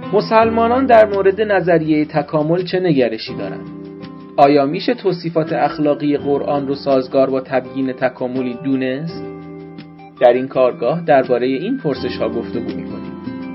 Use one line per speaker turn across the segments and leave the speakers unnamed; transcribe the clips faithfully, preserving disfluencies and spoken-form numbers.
مسلمانان در مورد نظریه تکامل چه نگرشی دارند؟ آیا میشه توصیفات اخلاقی قرآن رو سازگار با تبیین تکاملی دونست؟ در این کارگاه درباره این پرسش‌ها گفتگو می‌کنیم.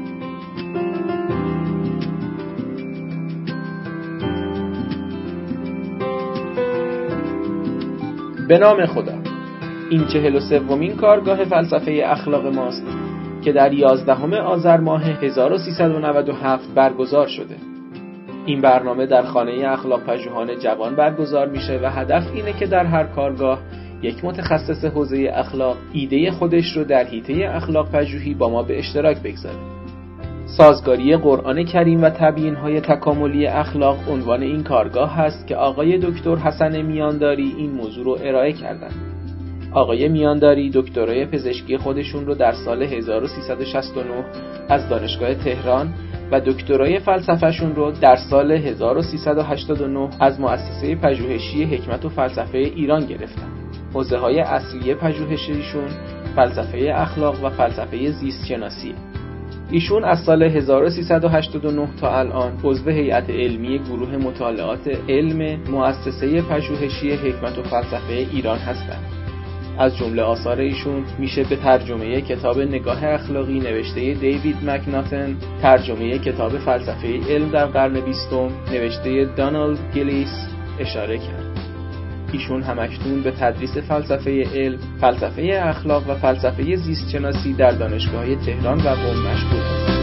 به نام خدا. این چهل و سومین کارگاه فلسفه اخلاق ماست که در یازدهم آذر ماه هزار و سیصد و نود و هفت برگزار شده. این برنامه در خانه اخلاق پژوهان جوان برگزار میشه و هدف اینه که در هر کارگاه یک متخصص حوزه اخلاق ایده خودش رو در حیطه اخلاق پژوهی با ما به اشتراک بگذاره. سازگاری قرآن کریم و تبیین‌های تکاملی اخلاق عنوان این کارگاه هست که آقای دکتر حسن میانداری این موضوع رو ارائه کردن. آقای میانداری دکترای پزشکی خودشون رو در سال هزار و سیصد و شصت و نه از دانشگاه تهران و دکترای فلسفه‌شون رو در سال هزار و سیصد و هشتاد و نه از مؤسسه پژوهشی حکمت و فلسفه ایران گرفتن. حوزه‌های اصلی پژوهشیشون فلسفه اخلاق و فلسفه زیست شناسی. ایشون از سال هزار و سیصد و هشتاد و نه تا الان عضو هیئت علمی گروه مطالعات علم مؤسسه پژوهشی حکمت و فلسفه ایران هستند. از جمله آثار ایشون میشه به ترجمه کتاب نگاه اخلاقی نوشته دیوید مکناتن، ترجمه کتاب فلسفه علم در قرن بیستم نوشته دانالد گیلیس اشاره کرد. ایشون همکنون به تدریس فلسفه علم، فلسفه اخلاق و فلسفه زیست شناسی در دانشگاه‌های تهران و قم مشغول است.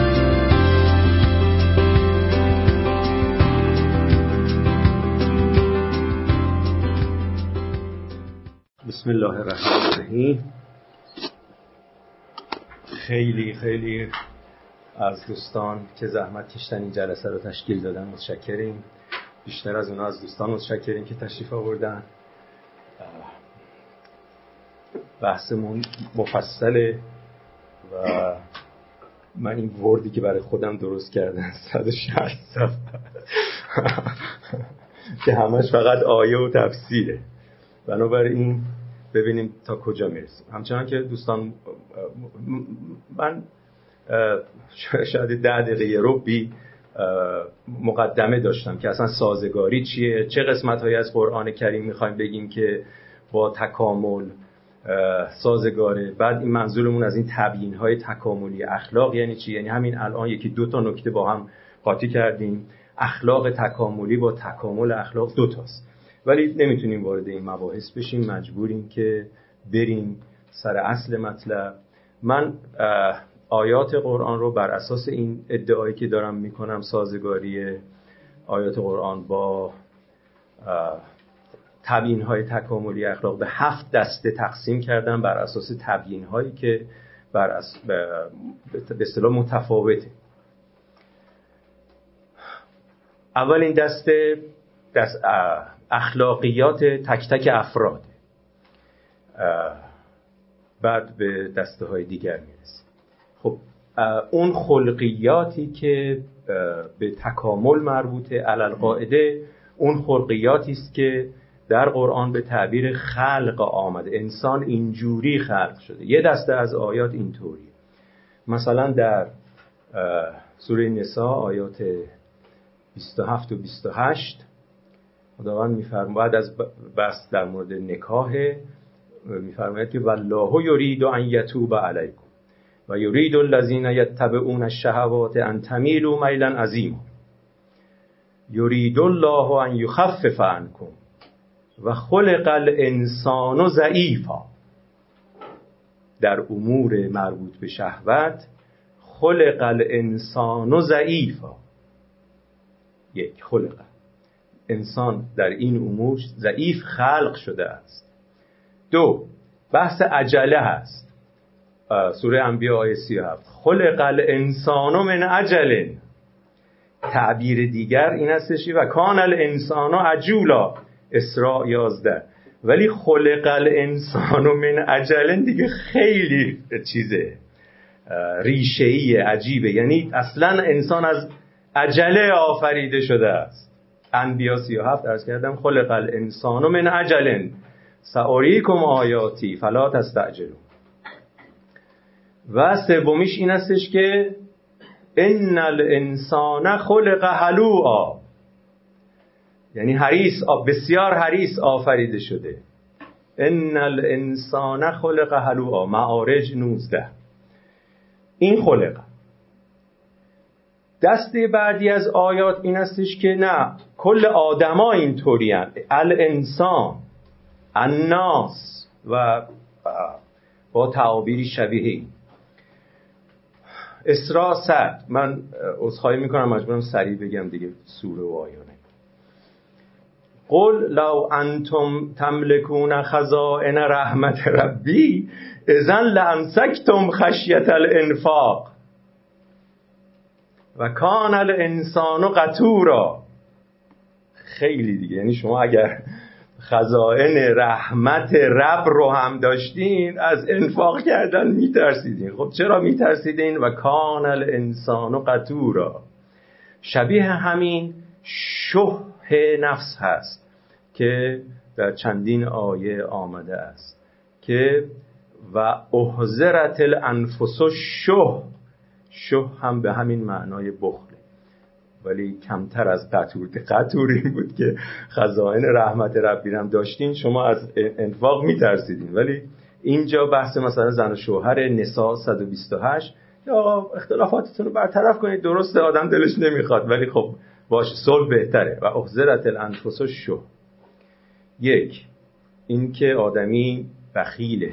بسم الله الرحمن الرحیم. خیلی خیلی از دوستان که زحمت کشتن این جلسه رو تشکیل دادن متشکریم. بیشتر از اونها از دوستان متشکریم که تشریف آوردن. بحثمون مفصله و من این وردی که برای خودم درست کردم صد و شصت صفحه که همش فقط آیه و تفسیره. بنابراین ببینیم تا کجا میرسیم. همچنان که دوستان من شاید ده دقیقه ربی مقدمه داشتم که اصلا سازگاری چیه، چه قسمت‌هایی از قرآن کریم می‌خوایم بگیم که با تکامل سازگاره. بعد این منظورمون از این تبیین‌های تکاملی اخلاق یعنی چی؟ یعنی همین الان یکی دو تا نکته با هم قاطی کردیم. اخلاق تکاملی با تکامل اخلاق دو تاست، ولی نمیتونیم وارد این مباحث بشیم، مجبوریم که بریم سر اصل مطلب. من آیات قرآن رو بر اساس این ادعایی که دارم میکنم سازگاری آیات قرآن با تبیین‌های تکاملی اخلاق به هفت دسته تقسیم کردم بر اساس تبیین‌هایی که بر اس... به اصطلاح متفاوته. اول این دسته دست اخلاقیات تک تک افراد، بعد به دسته های دیگر میرسیم. خب اون خلقیاتی که به تکامل مربوطه علل قاعده اون خلقیاتی است که در قرآن به تعبیر خلق آمده، انسان اینجوری خلق شده. یه دسته از آیات اینطوری، مثلا در سوره نساء آیات بیست و هفت و بیست و هشت خداوند میفرماید از بحث در مورد نکاح میفرماید که والله یرید ان یتوب علیکم و یرید الذین یتبعون الشهوات ان تمیلوا میلا عظیما یرید الله ان یخفف عنکم و خلق الانسان ضعیفا. در امور مربوط به شهوت خلق الانسان ضعیفا. یک، خلق انسان در این امور ضعیف خلق شده است. دو، بحث عجله هست. سوره انبیاء آیه سی و هفت خلق الانسان من عجل. تعبیر دیگر این هستش و کان الانسان عجولا اسراء یازده. ولی خلق الانسان من عجل دیگه خیلی چیزه ریشه‌ای عجیبه، یعنی اصلا انسان از عجله آفریده شده است. انبیاء سی و هفت عرض کردم خلق الانسان من عجل ساریکم آیاتی فلا تستعجلوا. و سومیش این استش که ان الانسان خلق هلوعا، یعنی حریص، بسیار حریص آفریده شده. ان الانسان خلق هلوعا، معارج نوزده. این خلق. دسته بعدی از آیات این استش که نه، کل آدما اینطوری هستند. الانسان، الناس و با تعابیری شبیه. اسراء صد. من عذرخواهی میکنم مجبورم سریع بگم دیگه سوره و آیانه. قل لو انتم تملكون خزائن رحمت ربی اذن لامسکتم خشیت الانفاق و کان الانسان قتورا. خیلی دیگه، یعنی شما اگر خزائن رحمت رب رو هم داشتین از انفاق کردن میترسیدین. خب چرا میترسیدین؟ و کان الانسان قتورا. شبیه همین شح نفس هست که در چندین آیه آمده است که و احضرت الانفس الشح. شح هم به همین معنای بخله، ولی کمتر از قتور. قتور این بود که خزائن رحمت ربی هم داشتین شما از انفاق میترسیدین. ولی اینجا بحث مثلا زن و شوهر، نساء صد و بیست و هشت، یا اختلافاتتون رو برطرف کنید. درسته آدم دلش نمیخواد، ولی خب باشه، صلح بهتره. و احضرت الانفس الشح. یک، این که آدمی بخیله.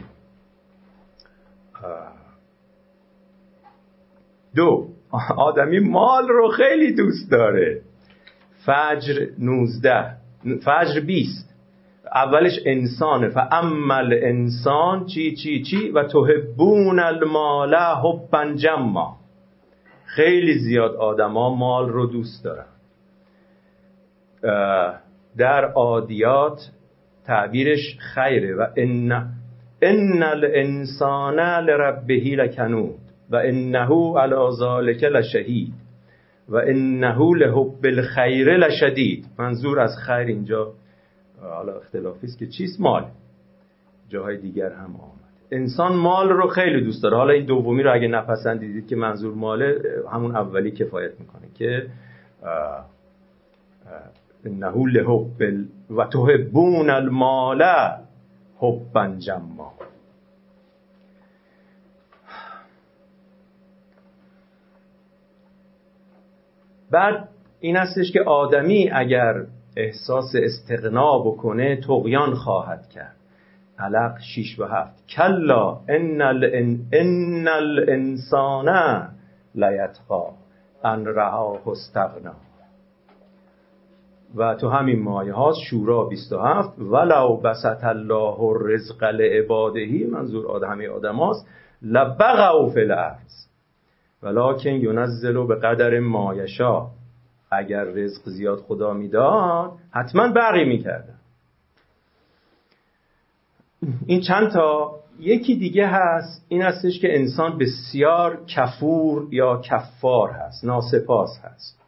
دو، آدمی مال رو خیلی دوست داره. فجر نوزده، فجر بیست. اولش انسانه. فاما انسان چی چی چی و تحبون المال حبا جما. خیلی زیاد آدما مال رو دوست دارن. در عادیات تعبیرش خیره. و ان ان الانسان لربه لکنود و انه علی ذلک لشهید و انه لحب الخیر لشدید. منظور از خیر اینجا حالا اختلافی است که چیست؟ مال. جاهای دیگر هم آمد. انسان مال رو خیلی دوست داره. حالا این دومی رو اگه نپسندیدید که منظور ماله، همون اولی کفایت میکنه که انه لحب و تحبون المال حبا جما. بعد این هستش که آدمی اگر احساس استغنا بکنه طغیان خواهد کرد. علق شیش و هفت. کلا ان الان ان الانسان لیطغی ان رآه استغنا. و تو همین مایه هاست شورا بیست و هفت. ولو بسط الله الرزق لعباده، منظور آدمی آدم هاست، لبغوا فی الارض ولکن ینزل بقدر ما یشاء. اگر رزق زیاد خدا میداد حتما بغی میکردن. این چند تا. یکی دیگه هست، این هستش که انسان بسیار کفور یا کفار هست، ناسپاس هست.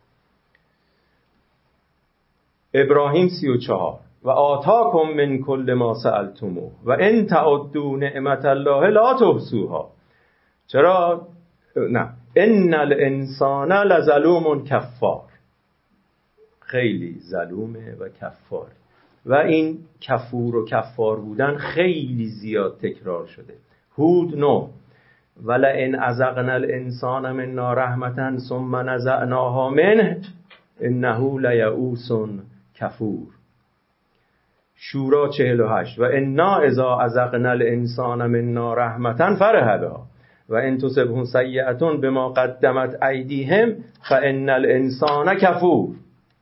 ابراهیم سی و چهار. و آتاکم من کل ما سألتموه و ان تعدوا نعمت الله لا تحصوها. چرا؟ نه، ان الانسان لظلوم کفار. خیلی ظلومه و کفار. و این کفور و کفار بودن خیلی زیاد تکرار شده. هود نه. ولئن اذقنا الانسان منا رحمتا ثم نزعناها منه انه لیئوس کفور. شورا چهل و هشت. و انا اذا اذقنا الانسان منا رحمتا فرح بها و ان تصبهم سیئة بما قدمت ایدیهم فان الانسان کفور.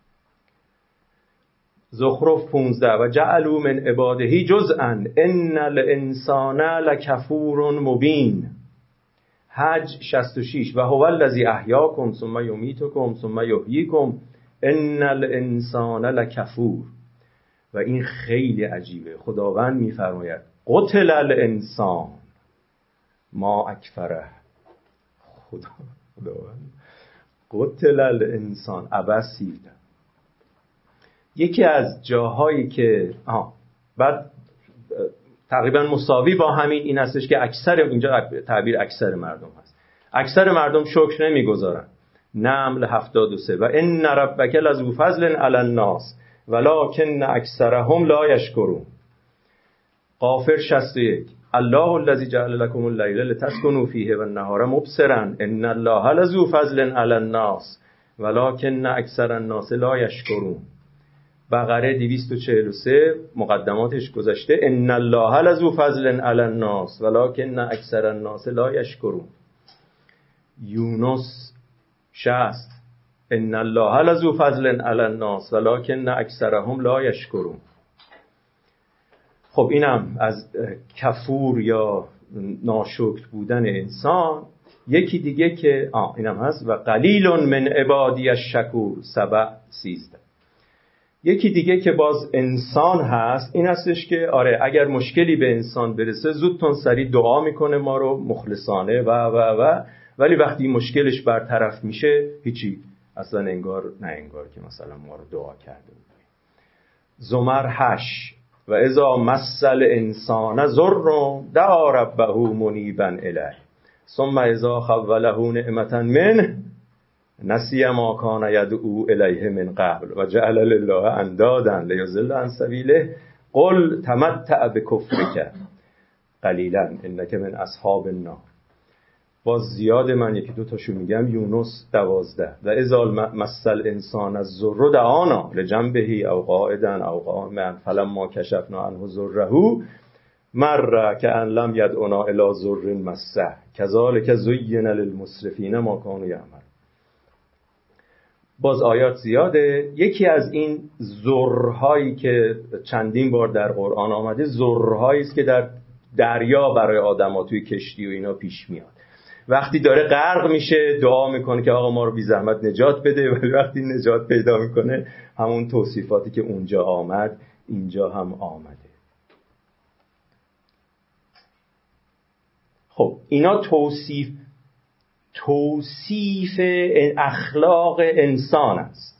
زخرف پانزده. و جعلوا من عباده جزءا ان الانسان لکفور مبین. حج شصت و شش. و هو الذی احیاکم ثم یمیتکم ثم یحییکم ان الانسان لکفور. و این خیلی عجیبه. خداوند میفرماید قتل الانسان ما اکفره. خدا خداوند قتل الانسان عبسی. یکی از جاهایی که آها بعد تقریبا مساوی با همین این هستش که اکثر، اینجا تعبیر اکثر مردم هست، اکثر مردم شکر نمیگذارن. نمل هفتاد و سه و ان ربک لذو فضل علی الناس ولکن اکثرهم لا یشکرون. غافر شصت و یک الله الذی جعل لكم الليل لتسكنوا فيه والنهار مبصرا ان الله لذو فضل علی الناس ولکن اکثر الناس لا یشکرون. بقره دویست و چهل و سه مقدماتش گذشته ان الله لذو فضل علی الناس ولکن اکثر الناس لا یشکرون. یونس شصت ان الله لذو فضل علی الناس ولکن اکثرهم لا یشکرون. خب اینم از کفور یا ناشکر بودن انسان. یکی دیگه که آه اینم هست و قلیل من عبادی الشکور سبع سیزده. یکی دیگه که باز انسان هست این هستش که آره اگر مشکلی به انسان برسه زودتون سریع دعا میکنه ما رو مخلصانه و و و ولی وقتی مشکلش برطرف میشه هیچی، اصلا انگار نه انگار که مثلا ما رو دعا کرده بود. زمر هشت و اذا مسل انسان ضر دعا ربه منیبا الیه ثم اذا خوله نعمة منه نسی ما کان یدعو الیه من قبل و جعل لله اندادا لیضل عن سبیله قل تمتع بکفرک قلیلا انک من اصحاب النار. باز زیاد من یکی دو تاشو میگم. یونس دوازده و اذا مسل انسان الضر دعانا لجنبه او قاعدا او قائما فلما کشفنا عنه ضره مر کأن لم یدعنا الی ضر مسه کذالک زین للمسرفین ما کانوا یعملون. باز آیات زیاده. یکی از این ضررهایی که چندین بار در قرآن آمده ضررهایی است که در دریا برای آدم‌ها توی کشتی و اینا پیش میاد. وقتی داره غرق میشه دعا میکنه که آقا ما رو بی زحمت نجات بده، ولی وقتی نجات پیدا میکنه همون توصیفاتی که اونجا آمد اینجا هم آمده. خب اینا توصیف توصیف اخلاق انسان است.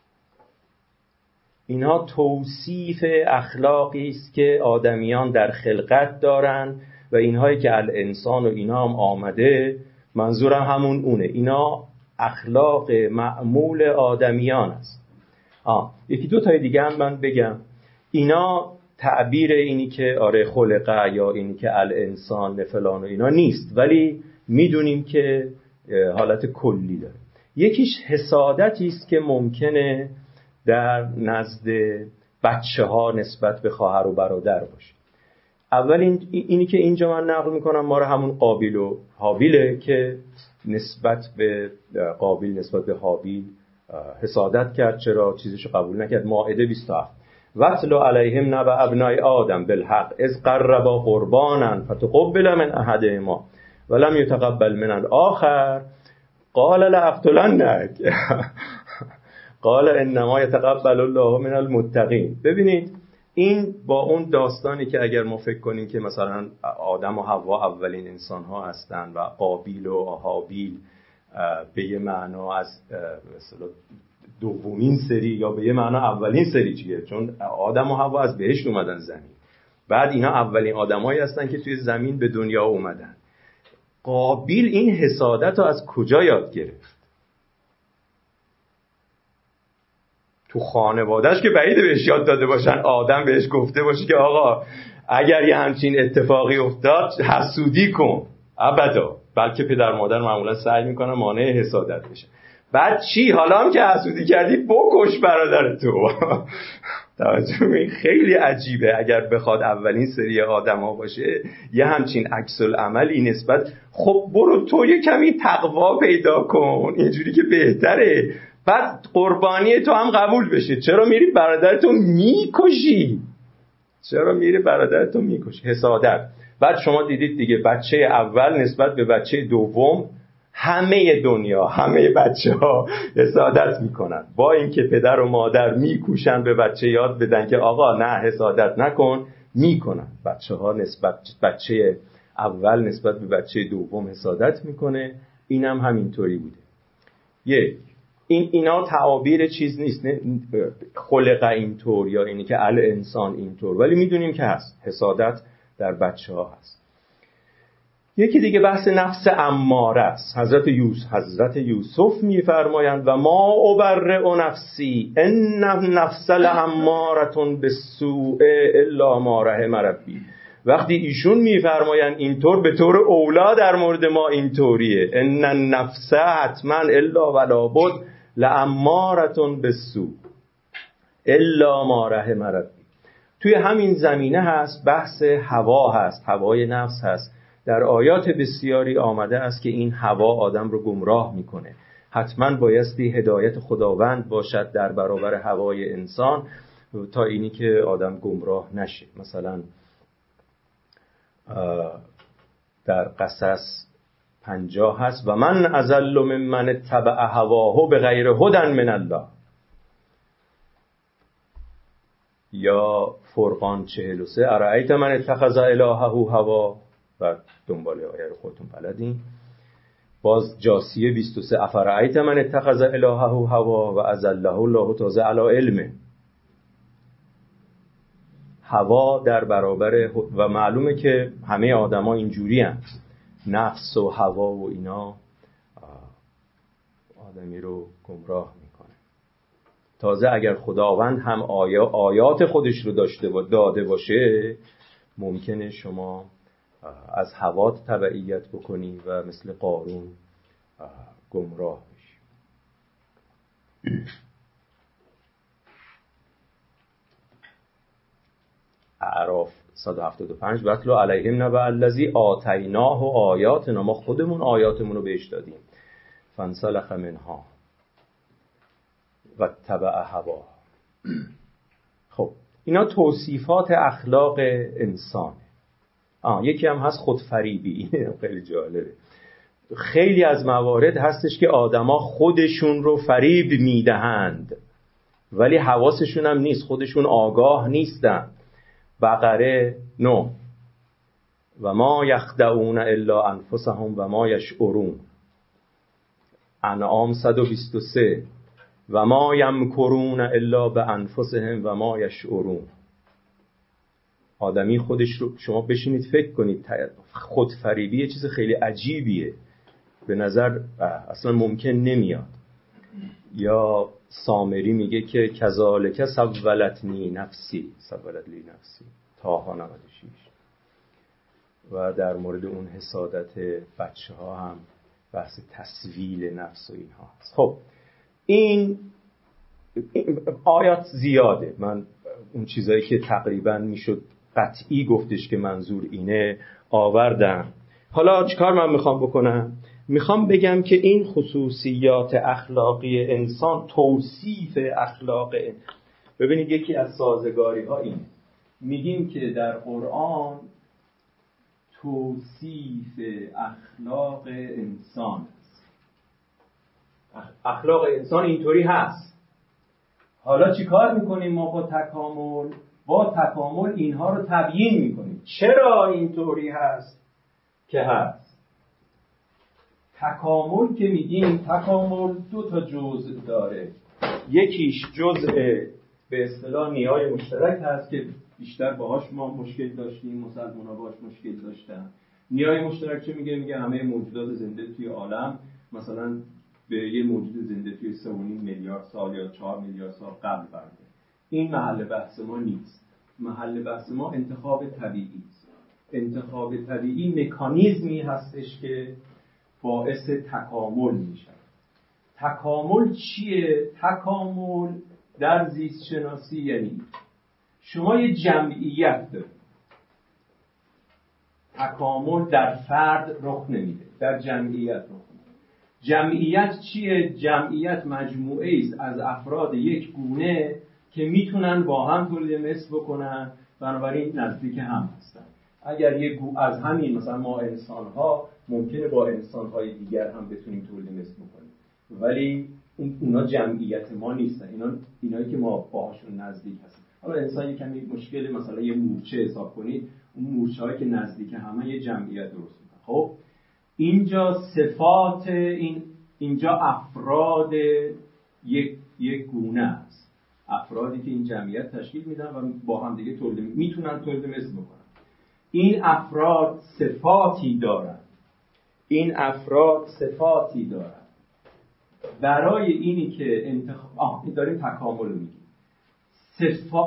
اینها توصیف اخلاقی است که آدمیان در خلقت دارن و اینهایی که الانسان و اینا هم آمده منظورم همون اونه. اینا اخلاق معمول آدمیان است. آه یکی دو تای دیگه هم من بگم. اینا تعبیر اینی که آره خلقه یا اینی که الانسان فلان و اینا نیست، ولی میدونیم که حالت کلی داره. یکیش حسادتی است که ممکنه در نزد بچه ها نسبت به خواهر و برادر باشه. اول این اینی که اینجا من نقل میکنم ما رو همون قابیل و حابیله که نسبت به قابیل نسبت به حابیل حسادت کرد. چرا؟ چیزشو قبول نکرد. مائده بیست و هفت وَاتْلُ عَلَیْهِمْ نَبَأَ ابْنَیْ آدَمَ بِالْحَقِّ اذ قَرَّبَا قُرْبَانًا فَتُقُبِّلَ مِنْ أَحَدِهِمَا وَلَمْ يُتَقَبَّلْ مِنَ الْآخَرِ قَالَ لَأَقْتُلَنَّكَ قال انما یتقبل الله من المتقین. ببینید این با اون داستانی که اگر ما فکر کنیم که مثلا آدم و حوا اولین انسان ها هستن و قابیل و حابیل به یه معنا از مثلا دومین سری یا به یه معنا اولین سری چیه، چون آدم و حوا از بهشت اومدن زمین، بعد اینا اولین آدمایی هستن که توی زمین به دنیا اومدن. قابیل این حسادت رو از کجا یاد گرفت؟ تو خانوادهش که بعیده بهش یاد داده باشن، آدم بهش گفته باشه که آقا اگر یه همچین اتفاقی افتاد حسودی کن. ابدا. بلکه پدر مادر معمولا سعی میکنن مانع حسادت بشه. بعد چی؟ حالا هم که حسودی کردی بکش برادر تو. توجه این خیلی عجیبه. اگر بخواد اولین سری آدم ها باشه یه همچین عکس العملی نسبت، خب برو تو یه کمی تقوا پیدا کن اینجوری که بهتره، بعد قربانی تو هم قبول بشه. چرا میری برادرتو میکشی؟ چرا میری برادرتو میکشی؟ حسادت. بعد شما دیدید دیگه بچه اول نسبت به بچه دوم همه دنیا همه بچه ها حسادت میکنن، با اینکه پدر و مادر میکوشن به بچه یاد بدن که آقا نه حسادت نکن، میکنن. بچه ها نسبت بچه اول نسبت به بچه دوم حسادت میکنه. اینم هم همینطوری بوده. یک این اینا تعابیر چیز نیست، نه خلق اینطور یا اینی که الانسان اینطور، ولی میدونیم که هست. حسادت در بچه ها هست. یکی دیگه بحث نفس اماره است. حضرت یوسف حضرت یوسف میفرمایند و ما ابرئ نفسی ان النفس لاماره بالسوء الا ما رحم ربی. وقتی ایشون میفرمایند اینطور، به طور اولا در مورد ما اینطوریه، ان النفس حتما الا ولا بد لاماره بالسوء الا ما رحم ربی. توی همین زمینه هست بحث هوا هست، هوای نفس هست. در آیات بسیاری آمده است که این هوا آدم رو گمراه میکنه. حتما بایستی هدایت خداوند باشد در برابر هوای انسان تا اینی که آدم گمراه نشه. مثلا در قصص پنجاه هست و من اضل ممن اتبع هواه بغیر هدی من الله. یا فرقان چهل و سه ارأیت من اتخذ الهه هوا و دنبال آیه رو خودتون بلدین. باز جاسیه بیست و سه افرأیت من اتخذ الهه هوا و اضله الله تازه علی علمه. هوا در برابر و معلومه که همه آدما اینجوری هستند، نفس و هوا و اینا آدمی رو گمراه میکنه. تازه اگر خداوند هم آیا آیات خودش رو داشته و داده باشه، ممکنه شما از هوات تبعیت بکنی و مثل قارون گمراه بشی. اعراف صد و هفتاد و پنج وَاتْلُ عَلَیْهِمْ نَبَأَ الَّذِی آتَیْنَاهُ آیاتنا، ما خودمون آیاتمون رو بهش دادیم. فانسلخ منها واتبع هواه. خب اینا توصیفات اخلاق انسان. آه یکی هم هست خودفریبی. خیلی جالبه. خیلی از موارد هستش که آدما خودشون رو فریب میدهند ولی حواسشون هم نیست، خودشون آگاه نیستن. بقره نو و ما یخدعون الا انفسهم و ما یشعرون. انعام صد و بیست و سه و ما یمکرون الا بانفسهم و ما یشعرون. آدمی خودش رو، شما بشینید فکر کنید، خودفریبی یه چیز خیلی عجیبیه، به نظر اصلا ممکن نمیاد. یا سامری میگه که کذالک سولتنی نفسی سولت لی نفسی تاها نود و شش. و در مورد اون حسادت بچه ها هم بحث تسویل نفس و اینها هست. خب این آیات زیاده، من اون چیزایی که تقریبا میشد قطعی گفتش که منظور اینه آوردم. حالا چیکار من میخوام بکنم؟ میخوام بگم که این خصوصیات اخلاقی انسان، توصیف اخلاق انسان. ببینید یکی از سازگاری ها این میگیم که در قرآن توصیف اخلاق انسان است. اخلاق انسان اینطوری هست. حالا چی کار میکنیم ما با تکامل؟ با تکامل اینها رو تبیین میکنیم. چرا اینطوری هست که هست؟ تکامل که میگیم، تکامل دو تا جزء داره. یکیش جزء به اصطلاح نیای مشترک هست که بیشتر باهاش ما مشکل داشتیم، مسلمان‌ها باهاش مشکل داشتن. نیای مشترک چه میگه؟ میگه همه موجودات زنده توی عالم مثلا به یه موجود زنده توی سه و نیم میلیارد سال یا چهار میلیارد سال قبل برده. این محل بحث ما نیست. محل بحث ما انتخاب طبیعی است. انتخاب طبیعی مکانیزمی هستش که باعث تکامل میشه. تکامل چیه؟ تکامل در زیست شناسی یعنی شما یه جمعیت دارید. تکامل در فرد رخ نمیده، در جمعیت رخ میده. جمعیت چیه؟ جمعیت مجموعه است از افراد یک گونه که میتونن با هم تولید مثل بکنن، بنابراین نزدیک هم هستن. اگر یک گو از همین مثلا ما انسان‌ها ممکنه با انسان‌های دیگر هم بتونیم تولید مثل بکنیم، ولی اون اونا جمعیت ما نیستن. اینا اینایی که ما باهاشون نزدیک هستیم. حالا انسان یک کمی مشکل، مثلا یه مورچه حساب کنید، اون مورچه‌هایی که نزدیک همه یه جمعیت درست می‌کنن. خب اینجا صفات این اینجا افراد یک یک گونه است. افرادی که این جمعیت تشکیل میدن و با هم دیگه تولید میتونن تولید مثل بکنن. این افراد صفاتی دارند این افراد صفاتی دارن. برای اینی که انتخاب آه داریم تکامل میگیم. صفات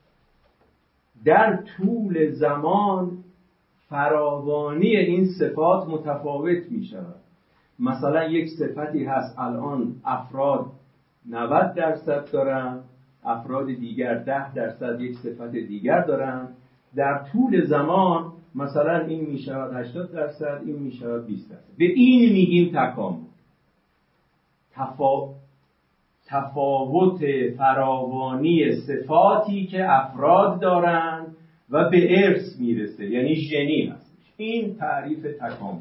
در طول زمان فراوانی این صفات متفاوت می شود. مثلا یک صفتی هست الان افراد نود درصد دارن، افراد دیگر ده درصد یک صفت دیگر دارن. در طول زمان مثلا این می شود هشتاد درصد، این می شود بیست درصد. به این میگیم تکامل. تفا... تفاوت فراوانی صفاتی که افراد دارن و به ارث میرسه، یعنی ژنی هست. این تعریف تکامل.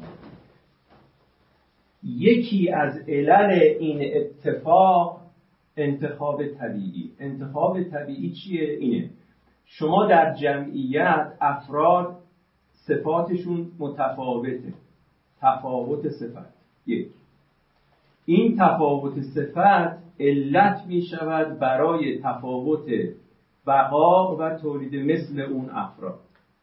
یکی از علل این اتفاق انتخاب طبیعی. انتخاب طبیعی چیه؟ اینه شما در جمعیت افراد صفاتشون متفاوته. تفاوت صفت یک. این تفاوت صفت علت می شود برای تفاوت بقا و تولید مثل اون افراد.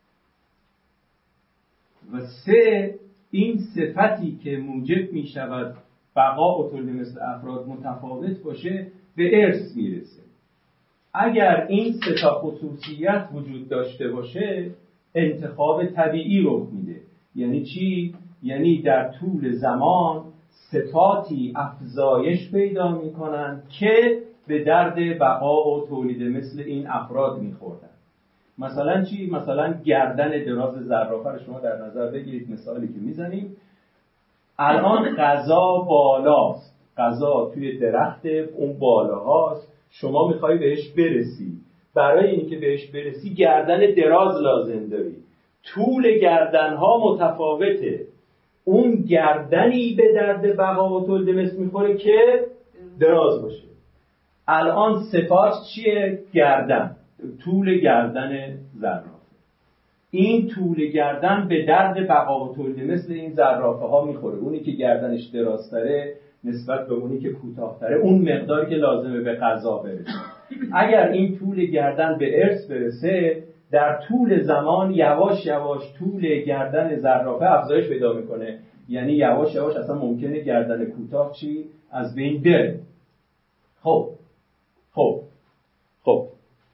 و سه، این صفتی که موجب می شود بقا و تولید مثل افراد متفاوت باشه به ارث می رسه. اگر این سه تا خصوصیت وجود داشته باشه انتخاب طبیعی رخ میده. یعنی چی؟ یعنی در طول زمان صفاتی افزایش پیدا میکنن که به درد بقا و تولید مثل این افراد میخوردن. مثلا چی؟ مثلا گردن دراز زرافه رو شما در نظر بگیرید. مثالی که میزنیم الان غذا بالاست، غذا توی درخت اون بالاهاست، شما میخوای بهش برسی. برای اینکه بهش برسی گردن دراز لازم داری. طول گردنها متفاوته. اون گردنی به درد بقا و تولید مثل میخوره که دراز باشه. الان صفات چیه؟ گردن، طول گردن زرافه. این طول گردن به درد بقا و تولید مثل این زرافه ها میخوره. اونی که گردنش درازتره نسبت به اونی که کوتاه‌تره اون مقداری که لازمه به غذا برسه. اگر این طول گردن به ارث برسه در طول زمان یواش یواش طول گردن زرافه افزایش پیدا میکنه. یعنی یواش یواش اصلا ممکنه گردن کوتاه چی از بین بره. خب خب خب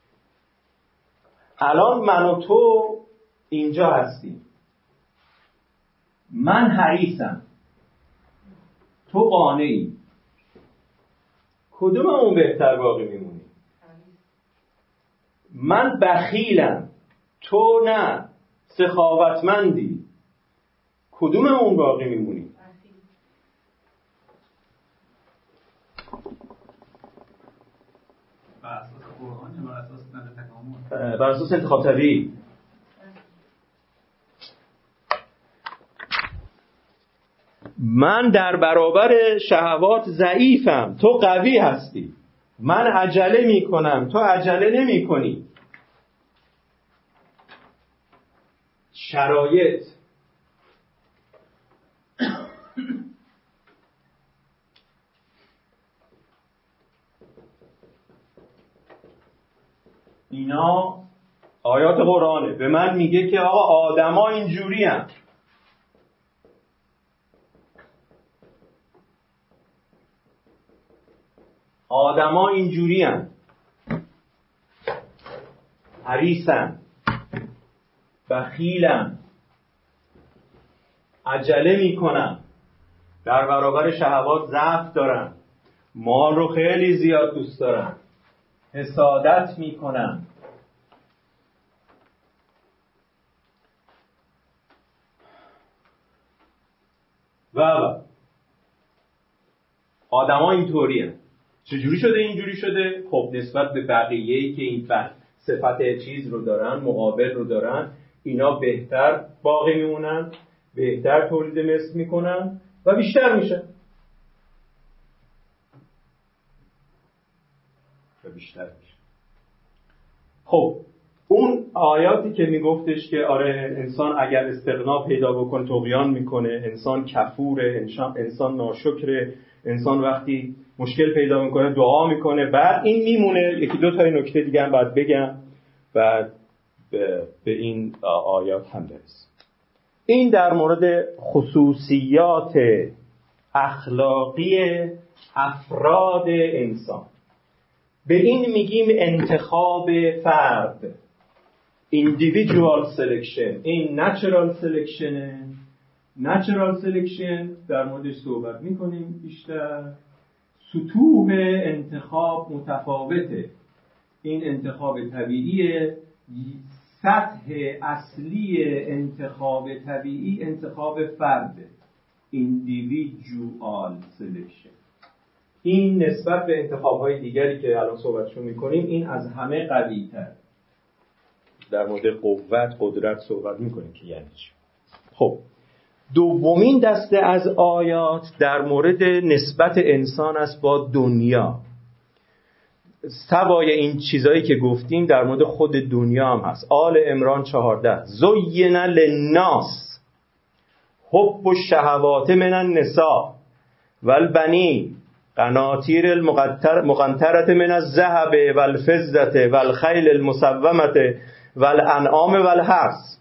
الان من و تو اینجا هستیم. من حریصم، تو قانعی. کدوممون بهتر باقی میمونی؟ من بخیلم، تو نه، سخاوتمندی. کدوممون باقی میمونی؟
بر اساس قرآن یا بر اساس تکامل؟
بر اساس انتخاب طبیعی. من در برابر شهوات ضعیفم، تو قوی هستی. من عجله می کنم، تو عجله نمی کنی. شرایط اینا آیات قرآنه. به من میگه که آقا آدما اینجوری هم. آدما اینجوری هم. حریصن، بخیلن، عجله میکنن، در برابر شهوات ضعف دارن، مال رو خیلی زیاد دوست دارن، حسادت میکنن. و آدما اینطوری هست. چجوری شده اینجوری شده؟ خب نسبت به بقیه‌ای که این صفت چیز رو دارن، مقابل رو دارن، اینا بهتر باقی میمونن، بهتر تولید مثل میکنن و بیشتر میشن و بیشتر میشن. خب اون آیاتی که میگفتش که آره انسان اگر استغنا پیدا بکنه طغیان میکنه، انسان کفوره، انسان انسان ناشکره، انسان وقتی مشکل پیدا میکنه دعا میکنه، بعد این میمونه. یکی دو تا نکته دیگه هم باید بگم بعد به, به این آیات هم برسیم. این در مورد خصوصیات اخلاقی افراد انسان. به این میگیم انتخاب فرد، individual selection. این natural selection. natural selection در موردش صحبت میکنیم بیشتر. سطوح انتخاب متفاوته. این انتخاب طبیعیه. سطح اصلی انتخاب طبیعی انتخاب فرده، individual selection. این نسبت به انتخاب‌های دیگری که الان صحبتشون میکنیم این از همه قوی‌تر. در مورد قوت، قدرت صحبت میکنیم که یعنی چی. خب دومین دسته از آیات در مورد نسبت انسان است با دنیا. سوای این چیزایی که گفتیم در مورد خود دنیا هم هست. آل عمران چهارده زین للناس حب الشهوات من النساء والبنین قناطیر المقنطرة من الذهب والفضة والخیل المسومة والانعام والحرث.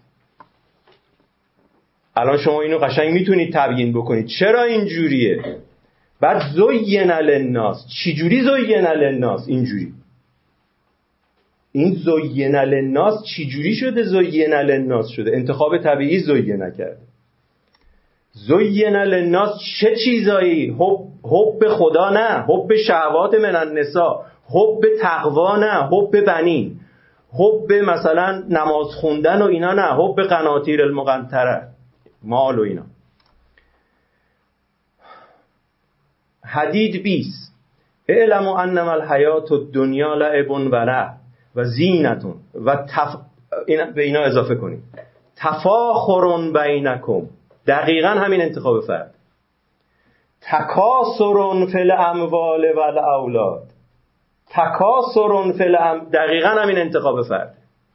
الان شما اینو قشنگ میتونید تبیین بکنید چرا اینجوریه. بعد زین للناس، چی جوری زین للناس؟ اینجوری. این زین للناس چی جوری شده؟ زین للناس شده انتخاب طبیعی زین نکرده. زین للناس چه چیزایی؟ حب حب خدا نه، حب شهوات من النساء، حب تقوا نه، حب بنین، حب مثلا نماز خوندن و اینا نه، حب قناطیر المقنطره، مال و اینا. حدید بیست اعلموا انما الحیات الدنیا لعب و لهو و زینت و تف... این به اینا اضافه کنید تفاخر بینکم، دقیقا همین انتخاب فرد. تکاثر فی الاموال و الاولاد، تکاثر فی الام... دقیقا همین انتخاب فرد.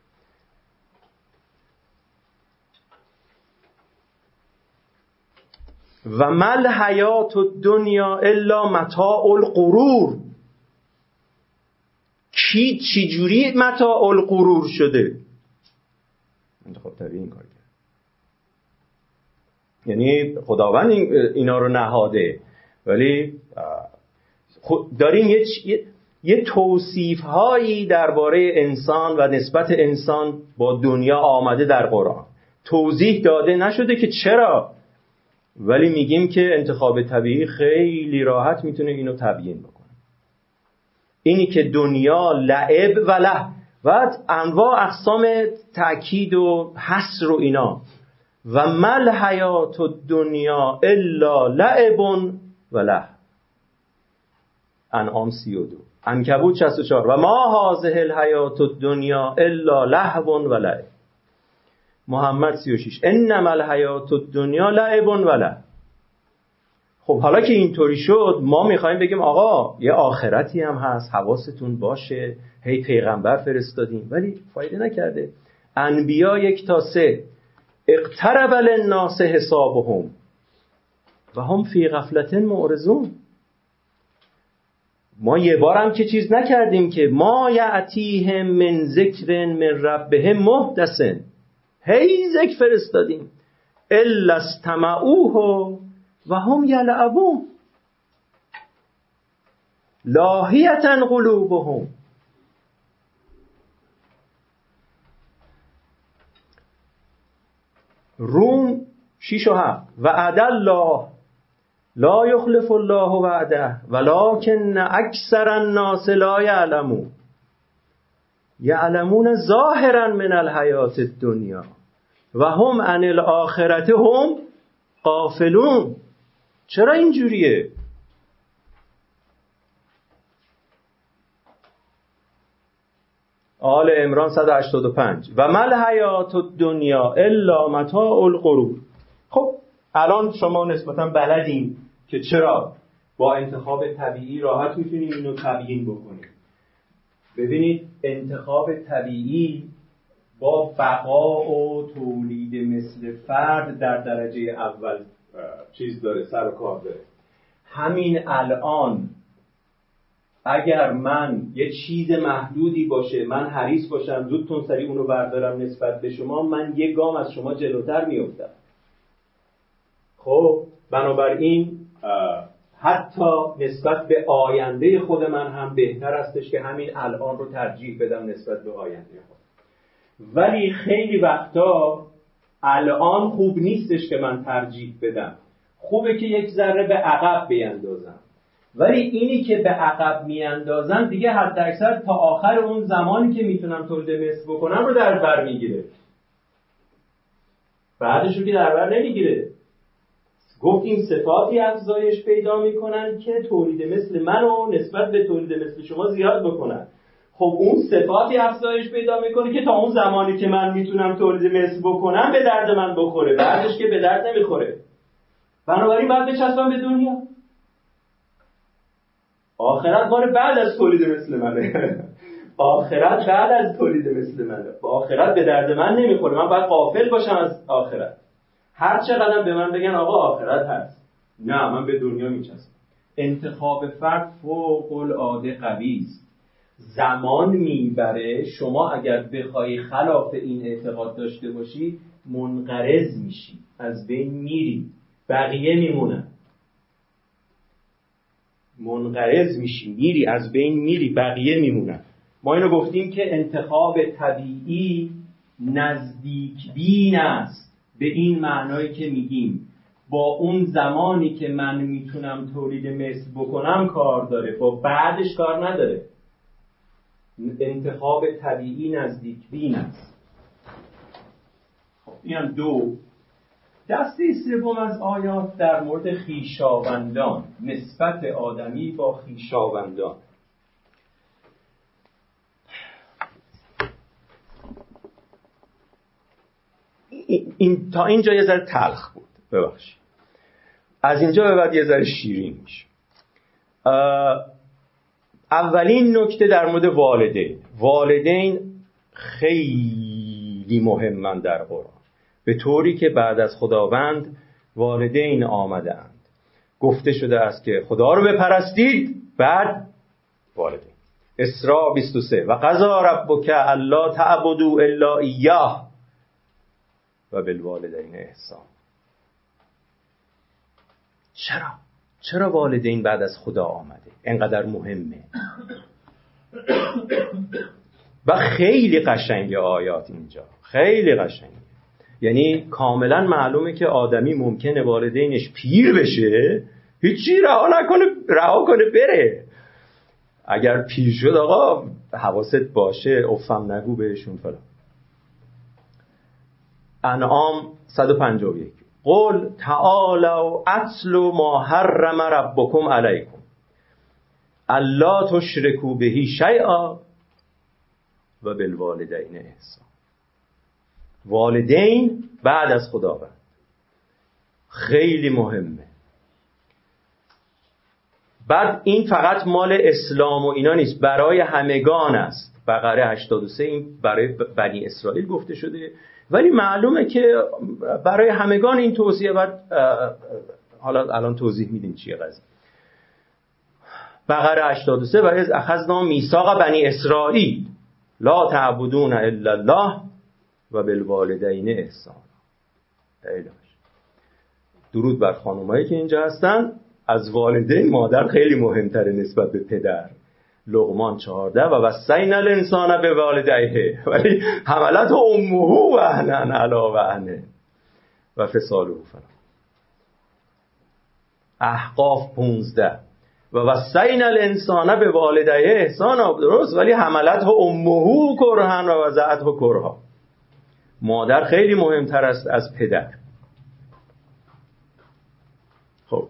و مل حیات الدنیا الا متاع الغرور. کی چجوری متاع الغرور شده؟ انتخاب طبیعی این کار کرد. یعنی خداوند اینا رو نهاده، ولی داریم یه, یه, یه توصیف هایی درباره انسان و نسبت انسان با دنیا آمده در قرآن. توضیح داده نشده که چرا، ولی میگیم که انتخاب طبیعی خیلی راحت میتونه اینو تبیین بکنه. اینی که دنیا لعب و لهو و انواع اقسام تأکید و حصر و اینا. و مل حیات الدنیا الا لعب و لهو. انعام سی و دو. عنکبوت شصت و چهار و ما هذه الحیات الدنیا الا لهو و لعب. محمد سی و شش انما الحیات الدنیا لعب و لهو. خب حالا که اینطوری شد ما میخوایم بگیم آقا یه آخرتی هم هست، حواستون باشه، هی پیغمبر فرستادیم، ولی فایده نکرده. انبیا یک تا سه اقترب للناس حسابهم و هم فی غفلة معرضون. ما یه بار هم که چیز نکردیم که ما یأتیهم من ذکر من ربهم محدث، هی ذکر فرستادیم الا استمعوه و هم یلعبون لاهیة قلوبهم. روم شیش و هفت وعد الله لا یخلف الله وعده ولکن اکثر الناس لا یعلمون یعلمون ظاهرا من الحیات الدنیا و هم عن الاخرة هم غافلون. چرا اینجوریه؟ آل عمران صد و هشتاد و پنج و مل حیات الدنیا الا متاع الغرور. خب الان شما نسبتا بلدین که چرا با انتخاب طبیعی راحت میتونید اینو تبیین بکنید. ببینید انتخاب طبیعی با بقا و تولید مثل فرد در درجه اول چیز داره، سر و کار داره. همین الان اگر من یه چیز محدودی باشه، من حریص باشم زودتون سریع اونو بردارم نسبت به شما، من یه گام از شما جلوتر میافتم. خب بنابراین حتی نسبت به آینده خود من هم بهتر استش که همین الان رو ترجیح بدم نسبت به آینده خود. ولی خیلی وقتا الان خوب نیستش که من ترجیح بدم، خوبه که یک ذره به عقب بیندازم. ولی اینی که به عقب میاندازم دیگه حد اکثر تا آخر اون زمانی که میتونم تولید مثل بکنم رو در بر میگیره، بعدش رو که در بر نمیگیره. گفت این صفاتی افزایش پیدا میکنن که تولید مثل منو نسبت به تولید مثل شما زیاد بکنن. خب اون صفاتی افزایش پیدا میکنه که تا اون زمانی که من میتونم تولید مثل بکنم به درد من بخوره، بعدش که به درد نمیخوره. بنابراین باید بچسبم به دنیا. آخرت مال بعد از تولید مثل منه. آخرت بعد از تولید مثل منه. آخرت به درد من نمیخوره. من باید غافل باشم از آخرت. هر چقدر به من بگن آقا آخرت هست، نه، من به دنیا میچسبم. انتخاب فرد فوق العاده قوی است. زمان میبره. شما اگر بخوای خلاف این اعتقاد داشته باشی منقرض میشی، از بین میری، بقیه میمونن. منقرض میشی، میری، از بین میری، بقیه میمونن. ما اینو گفتیم که انتخاب طبیعی نزدیک بین است، به این معنایی که میگیم با اون زمانی که من میتونم تولید مثل بکنم کار داره، با بعدش کار نداره. انتخاب طبیعی نزدیک بین است. خب اینم دو. دسته سوم از آیات در مورد خویشاوندان، نسبت آدمی با خویشاوندان. این تا اینجا یه ذره تلخ بود، ببخشید. از اینجا به بعد یه ذره شیرین میشه. اولین نکته در مورد والدین. والدین خیلی مهمن در قرآن، به طوری که بعد از خداوند والدین آمدند. گفته شده است که خدا رو بپرستید، بعد والدین. اسراء بیست و سه و قضا ربک الا تعبدوا الا ایاه و بالوالدین احسان. چرا؟ چرا والدین بعد از خدا آمده؟ اینقدر مهمه. و خیلی قشنگه آیات اینجا، خیلی قشنگه. یعنی کاملا معلومه که آدمی ممکنه والدینش پیر بشه، هیچی رها نکنه، رها کنه بره. اگر پیر شد آقا حواست باشه، افم نگو بهشون فلان. انعام صد و پنجاه و یک. قل تعالوا اتل ما حرم ربکم علیکم الا تشرکوا به شیئا و بالوالدین احسان. والدین بعد از خداوند خیلی مهمه. بعد این فقط مال اسلام و اینا نیست، برای همگان است. بقره هشتاد و سه این برای بنی اسرائیل گفته شده، ولی معلومه که برای همگان این توصیه. بعد حالا الان توضیح میدیم چیه قضیه. بقره هشتاد و سه و از اخذنا میثاق بنی اسرائیل لا تعبدون الا الله و بالوالدین احسان. درود بر خانمایی که اینجا هستن. از والدین مادر خیلی مهمتره نسبت به پدر. لقمان چهارده و وصینا الانسان بوالدیه ولی حملته امه وهنا علی وهن و فصاله فلان. احقاف پانزده و وصینا الانسان بوالدیه احسانا، درست، ولی حملته امه کرها و وضعته کرها. مادر خیلی مهمتر است از پدر. خب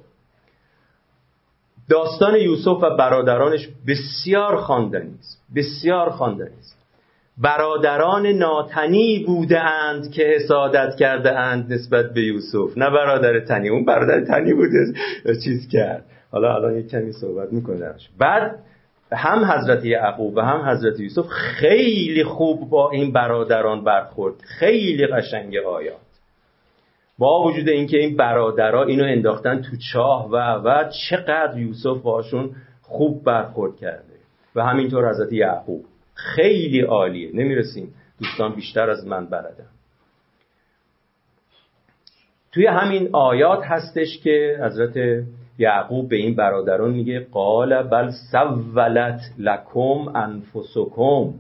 داستان یوسف و برادرانش بسیار خواندنی است، بسیار خواندنی است. برادران ناتنی بوده اند که حسادت کرده اند نسبت به یوسف، نه برادر تنی. اون برادر تنی بوده چیز کرد. حالا الان یک کمی صحبت میکنه. بعد هم حضرت یعقوب و هم حضرت یوسف خیلی خوب با این برادران برخورد. خیلی قشنگ آیات. با وجود اینکه این برادرها اینو انداختن تو چاه و و چقدر یوسف باشون خوب برخورد کرده و همینطور حضرت یعقوب. خیلی عالیه. نمیرسیم دوستان بیشتر از من بلدن. توی همین آیات هستش که حضرت یعقوب به این برادران میگه قال بل سولت لکم انفسکم.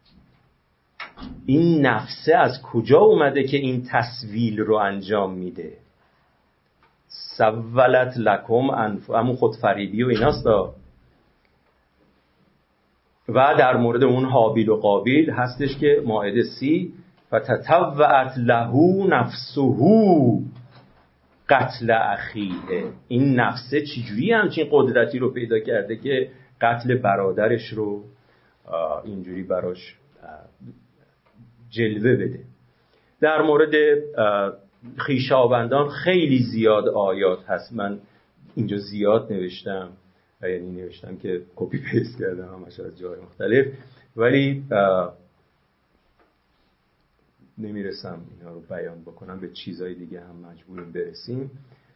این نفسه از کجا اومده که این تسویل رو انجام میده؟ سولت لکم انف، همون خودفریبی و ایناست. و در مورد اون حابیل و قابیل هستش که مائده سی فتطوعت له نفسه قتل اخیه. این نفسه چجوری همچین قدرتی رو پیدا کرده که قتل برادرش رو اینجوری براش جلوه بده. در مورد خویشاوندان خیلی زیاد آیات هست. من اینجا زیاد نوشتم، یعنی نوشتم که کپی پیست کردم همش از جای مختلف، ولی نمیرسم اینا رو بیان بکنم. به چیزهای دیگه هم مجبوریم برسیم.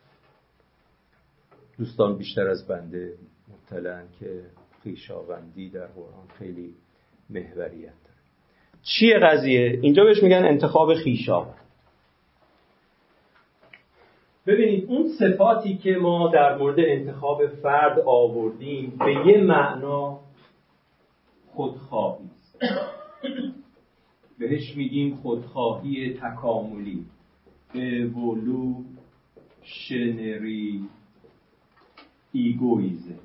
دوستان بیشتر از بنده مطلعن که خویشاوندی در قرآن خیلی محوریت داره. چیه قضیه؟ اینجا بهش میگن انتخاب خویشاوند. ببینید اون صفاتی که ما در مورد انتخاب فرد آوردیم به یه معنا خودخواهی است. بهش میگیم خودخواهی تکاملی، اِوولوشنری ایگویزم.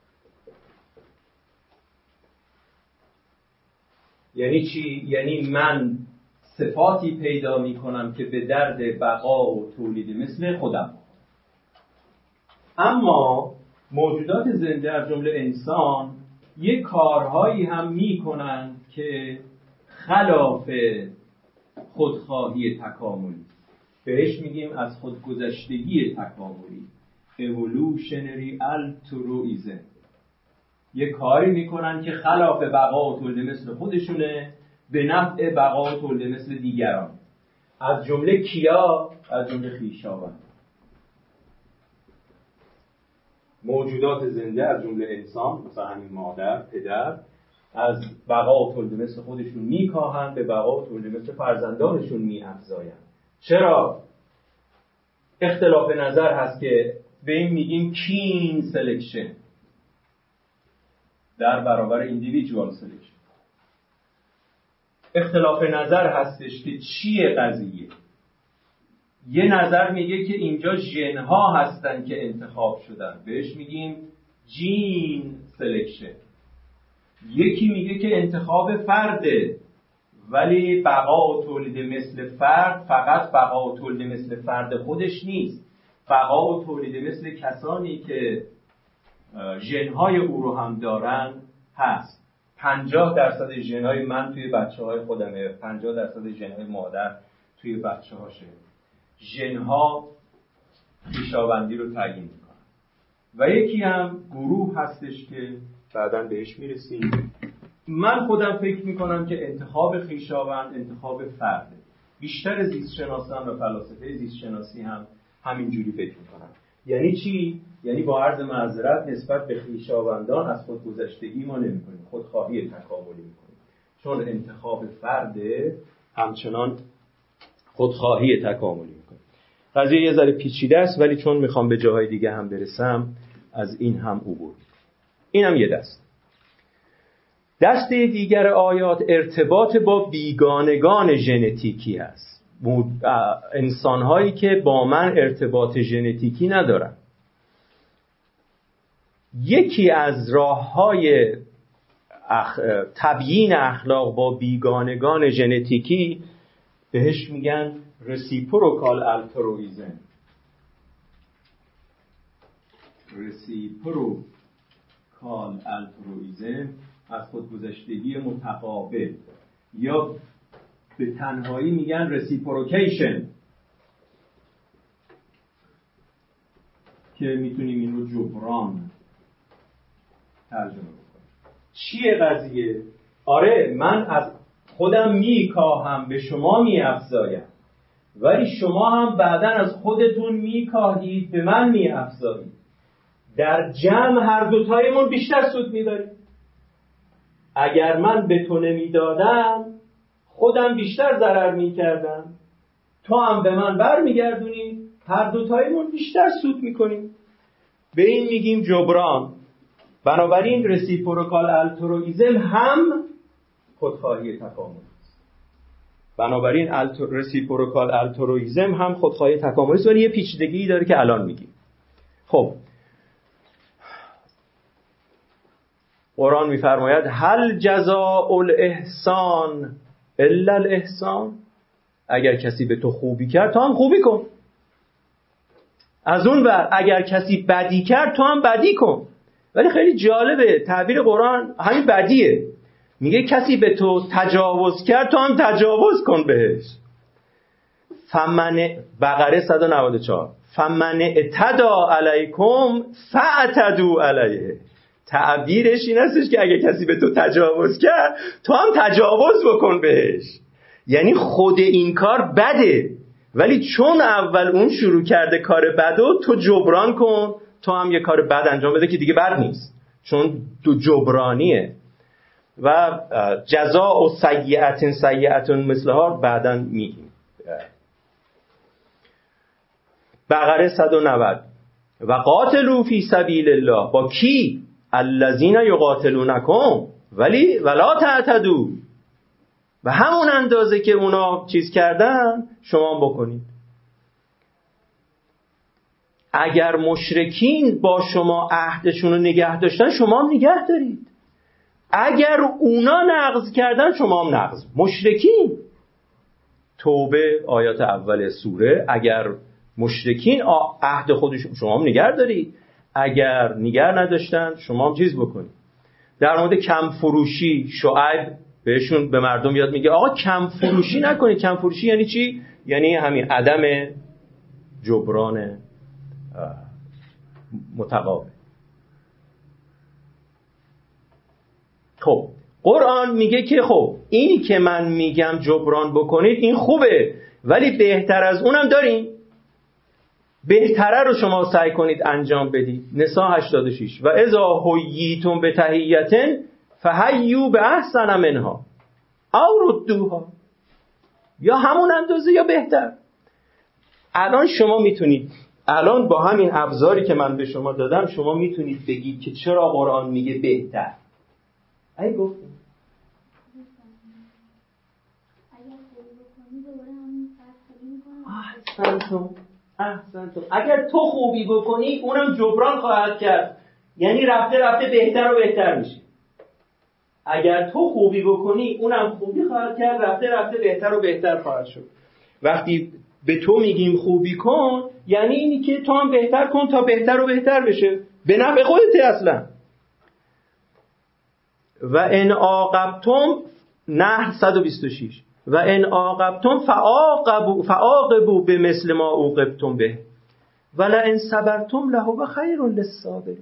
یعنی چی؟ یعنی من صفاتی پیدا میکنم که به درد بقا و تولید مثل خودم. اما موجودات زنده از جمله انسان یک کارهایی هم میکنن که خلاف خودخواهی تکاملی. بهش میگیم از خودگذشتگی تکاملی، evolutionary altruism. یه کاری میکنن که خلاف بقا و تولید مثل خودشونه، به نفع بقا و تولید مثل دیگران. از جمله کیا؟ از جمله خویشاوند. موجودات زنده از جمله انسان، مثلا همین مادر، پدر، از بقا و تولید مثل خودشون میکاهن، به بقا و تولید مثل فرزندانشون میافزاین. چرا؟ اختلاف نظر هست که به این میگیم کین سلکشن در برابر ایندیویدوال سلکشن. اختلاف نظر هستش که چیه قضیه. یه نظر میگه که اینجا ژن‌ها هستن که انتخاب شدن، بهش میگیم جین سلکشن. یکی میگه که انتخاب فرده، ولی بقا و تولید مثل فرد فقط بقا و تولید مثل فرد خودش نیست، بقا و تولید مثل کسانی که ژن‌های او رو هم دارن هست. پنجاه درصد ژن‌های من توی بچه‌های خودمه، پنجاه درصد ژن‌های مادر توی بچه‌هاشه. ژن‌ها خویشاوندی رو تعیین می‌کنن. و یکی هم گروه هستش که بعداً بهش میرسیم. من خودم فکر می‌کنم که انتخاب خویشاوند انتخاب فرده. بیشتر زیستشناسان و فلاسفه زیستشناسی هم همینجوری فکر می‌کنن. یعنی چی؟ یعنی با عرض معذرت نسبت به خویشاوندان از خودگذشتگی ما نمی‌کنیم، خودخواهی تکاملی می‌کنیم. چون انتخاب فرده همچنان خودخواهی تکاملی می‌کنیم. قضیه یه ذره پیچیده است، ولی چون می‌خوام به جاهای دیگه هم برسم از این هم عبور. اینم یه دست. دسته دیگر آیات ارتباط با بیگانگان ژنتیکی هست. انسان‌هایی که با من ارتباط ژنتیکی ندارن. یکی از راه‌های اخ... تبیین اخلاق با بیگانگان ژنتیکی بهش میگن رسیپروکال الترویزم. رسیپروکال الترویزم از خودگذشتگی متقابل، یا به تنهایی میگن رسیپروکیشن، که میتونیم این رو جبران ترجمه بکنیم. چیه قضیه؟ آره من از خودم میکاهم به شما میافزایم، ولی شما هم بعداً از خودتون میکاهید به من میافزایید. در جمع هر دوتایمون بیشتر سود میبریم. اگر من به تو نمیدادم خودم بیشتر ضرر میکردم، تو هم به من بر میگردونی، هر دوتایمون بیشتر سود میکنیم. به این میگیم جبران. بنابراین رسیپروکال الترویزم هم خودخواهی تکامل است. بنابراین التر... رسیپروکال الترویزم هم خودخواهی تکامل است، ولی یه پیچیدگی داره که الان میگیم. خب قرآن میفرماید هل جزاء الاحسان الا الاحسان. اگر کسی به تو خوبی کرد تو هم خوبی کن. از اون ور اگر کسی بدی کرد تو هم بدی کن. ولی خیلی جالبه تعبیر قرآن همین بدیه. میگه کسی به تو تجاوز کرد تو هم تجاوز کن بهش. فمن بقره صد و نود و چهار فمن اعتدی علیکم فاعتدوا علیه. تعبیرش این هستش که اگه کسی به تو تجاوز کرد تو هم تجاوز بکن بهش. یعنی خود این کار بده، ولی چون اول اون شروع کرده کار بدو تو جبران کن، تو هم یه کار بد انجام بده که دیگه بد نیست، چون تو جبرانیه. و جزاء و سیئت سیئت مثلها بعداً میگیم. بقره صد و نود و قاتلوا فی سبیل الله. با کی؟ الذین یقاتلونکم ولی ولا تعتدوا. و همون اندازه که اونا چیز کردن شما بکنید. اگر مشرکین با شما عهدشون رو نگه داشتن شما هم نگه دارید. اگر اونا نقض کردن شما هم نقض. مشرکین توبه آیات اول سوره. اگر مشرکین عهد خودشون شما هم نگه دارید، اگر نگه نداشتن شما هم چیز بکنید. در مورد کم فروشی شعیب بهشون به مردم یاد میگه آقا کم فروشی نکنید. کم فروشی یعنی چی؟ یعنی همین عدم جبران متقابل. خب قرآن میگه که خب اینی که من میگم جبران بکنید این خوبه، ولی بهتر از اونم داریم. بهتره رو شما سعی کنید انجام بدید. نساء هشتاد و شش و اذا حییتم بتحیة فحیوا باحسن منها او ردوها. یا همون اندازه یا بهتر. الان شما میتونید، الان با همین ابزاری که من به شما دادم شما میتونید بگید که چرا قرآن میگه بهتر. ای گفتم احسنتم احسنتم. اگر تو خوبی بکنی اونم جبران خواهد کرد، یعنی رفته رفته بهتر و بهتر میشه. اگر تو خوبی بکنی اونم خوبی خواهد کرد، رفته رفته بهتر و بهتر خواهد شد. وقتی به تو میگیم خوبی کن یعنی اینی که تو هم بهتر کن تا بهتر و بهتر بشه، به نفع خودت اصلا. و ان عاقبتم نحل صد و بیست و شش و ان عاقبتم فعاقبوا فعاقبوا بمثل ما عوقبتم به ولئن صبرتم لهو خیر للصابرین.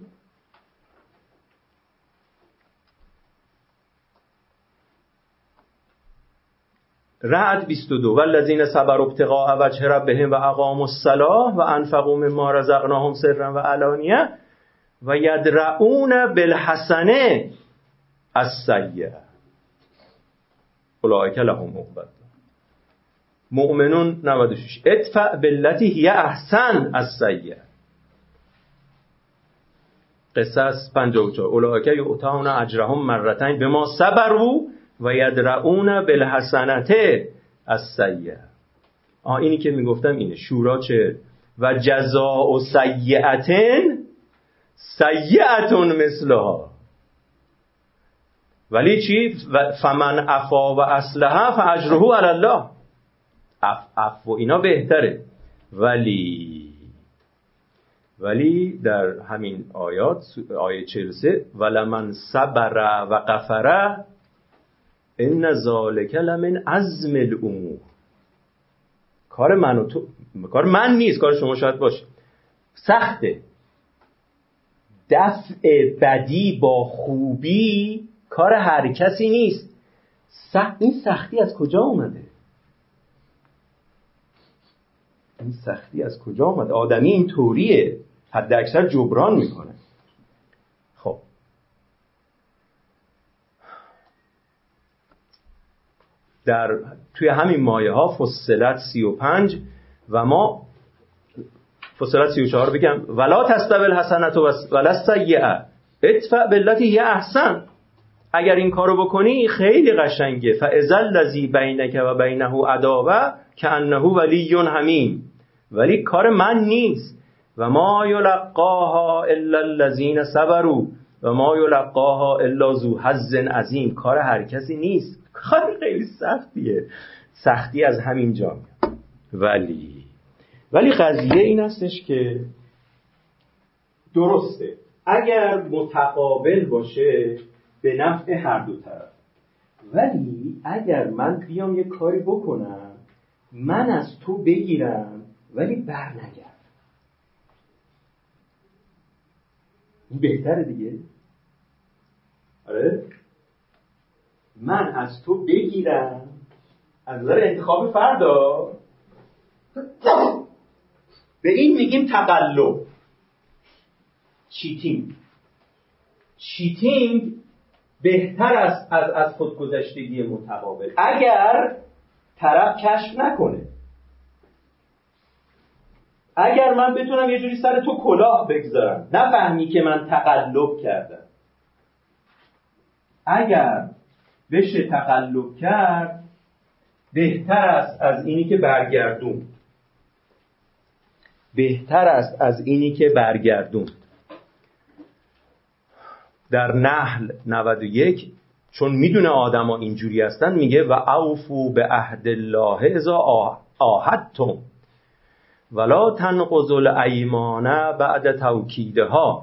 رعد بیست و دو والذین صبروا ابتغاء وجه ربهم و اقاموا الصلاة و انفقوا مما رزقناهم سرا و علانیه و یدرؤون بالحسنه السیئه اولئک لهم عقبی الدار. مؤمنون نود و شش ادفع بالتی هی احسن السیئه. قصص پنجاه و چهار اولئک یؤتون اجرهم مرتین بما صبروا و یدرؤون بالحسنته السیئه. آه اینی که میگفتم اینه. شورا چه و جزاء سیئة سیئة مثلها. ولی چی؟ فمن عفا و اصلح فاجره علی الله. عفو اینا بهتره، ولی ولی در همین آیات آیه چهل و سه ولمن صبر و غفر ان ذلک لمن عزم الامور. کار من و تو، کار من نیست، کار شما شاید باشه. سخته. دفع بدی با خوبی کار هر کسی نیست. سخت. این سختی از کجا اومده؟ این سختی از کجا اومده؟ آدمی این طوریه، حد اکثر جبران میکنه. خب در توی همین مایه ها فصلت سی و پنج و ما فصلت سی و چهار بگم ولا تستوی الحسنة ولا السیئة ادفع بالتي هي احسن. اگر این کارو بکنی خیلی قشنگه. فاذا الذی بینک و بینه عداوه کانه ولی حمیم. ولی کار من نیست. و ما یلقاها الا الذین صبروا و ما یلقاها الا ذو حظ عظیم. کار هر کسی نیست، کار خیلی سختیه. سختی از همین جا. ولی ولی قضیه این هستش که درسته اگر متقابل باشه به نفع هر دو طرف. ولی اگر من بیام یه کاری بکنم من از تو بگیرم ولی بر نگردم، این بهتره دیگه. آره من از تو بگیرم از نظر انتخاب فردا، به این میگیم تقلب، چیتینگ. چیتینگ بهتر است از از خودگذشتگی متقابل اگر طرف کشف نکنه. اگر من بتونم یه جوری سر تو کلاه بگذارم نفهمی که من تقلب کردم. اگر بشه تقلب کرد بهتر است از اینی که برگردون. بهتر است از اینی که برگردون. در نحل نود و یک چون میدونه آدما اینجوری هستن میگه و اوفو به عهد الله اذا عاهدتم ولا تنقضوا الایمان بعد توکیدها.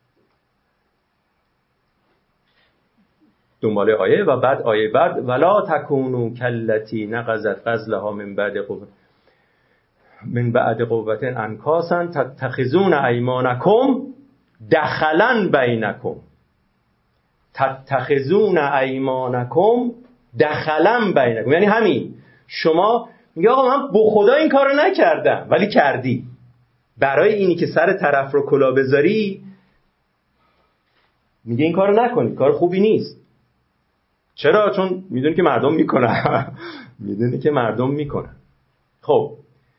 دنباله آیه و بعد آیه بعد ولا تکونوا کلتی نقضت غزلها من بعد قوة من بعد قوة انکاسا تتخذون ایمانکم دخلا بینکم. تتخذون ایمانکم دخلا بینکم یعنی همین. شما میگه آقا من با خدا این کارو نکردم ولی کردی. برای اینی که سر طرف رو کلا بذاری میگه این کارو نکنی، کار خوبی نیست. چرا؟ چون میدونی که مردم میکنن. میدونی که مردم میکنن. خب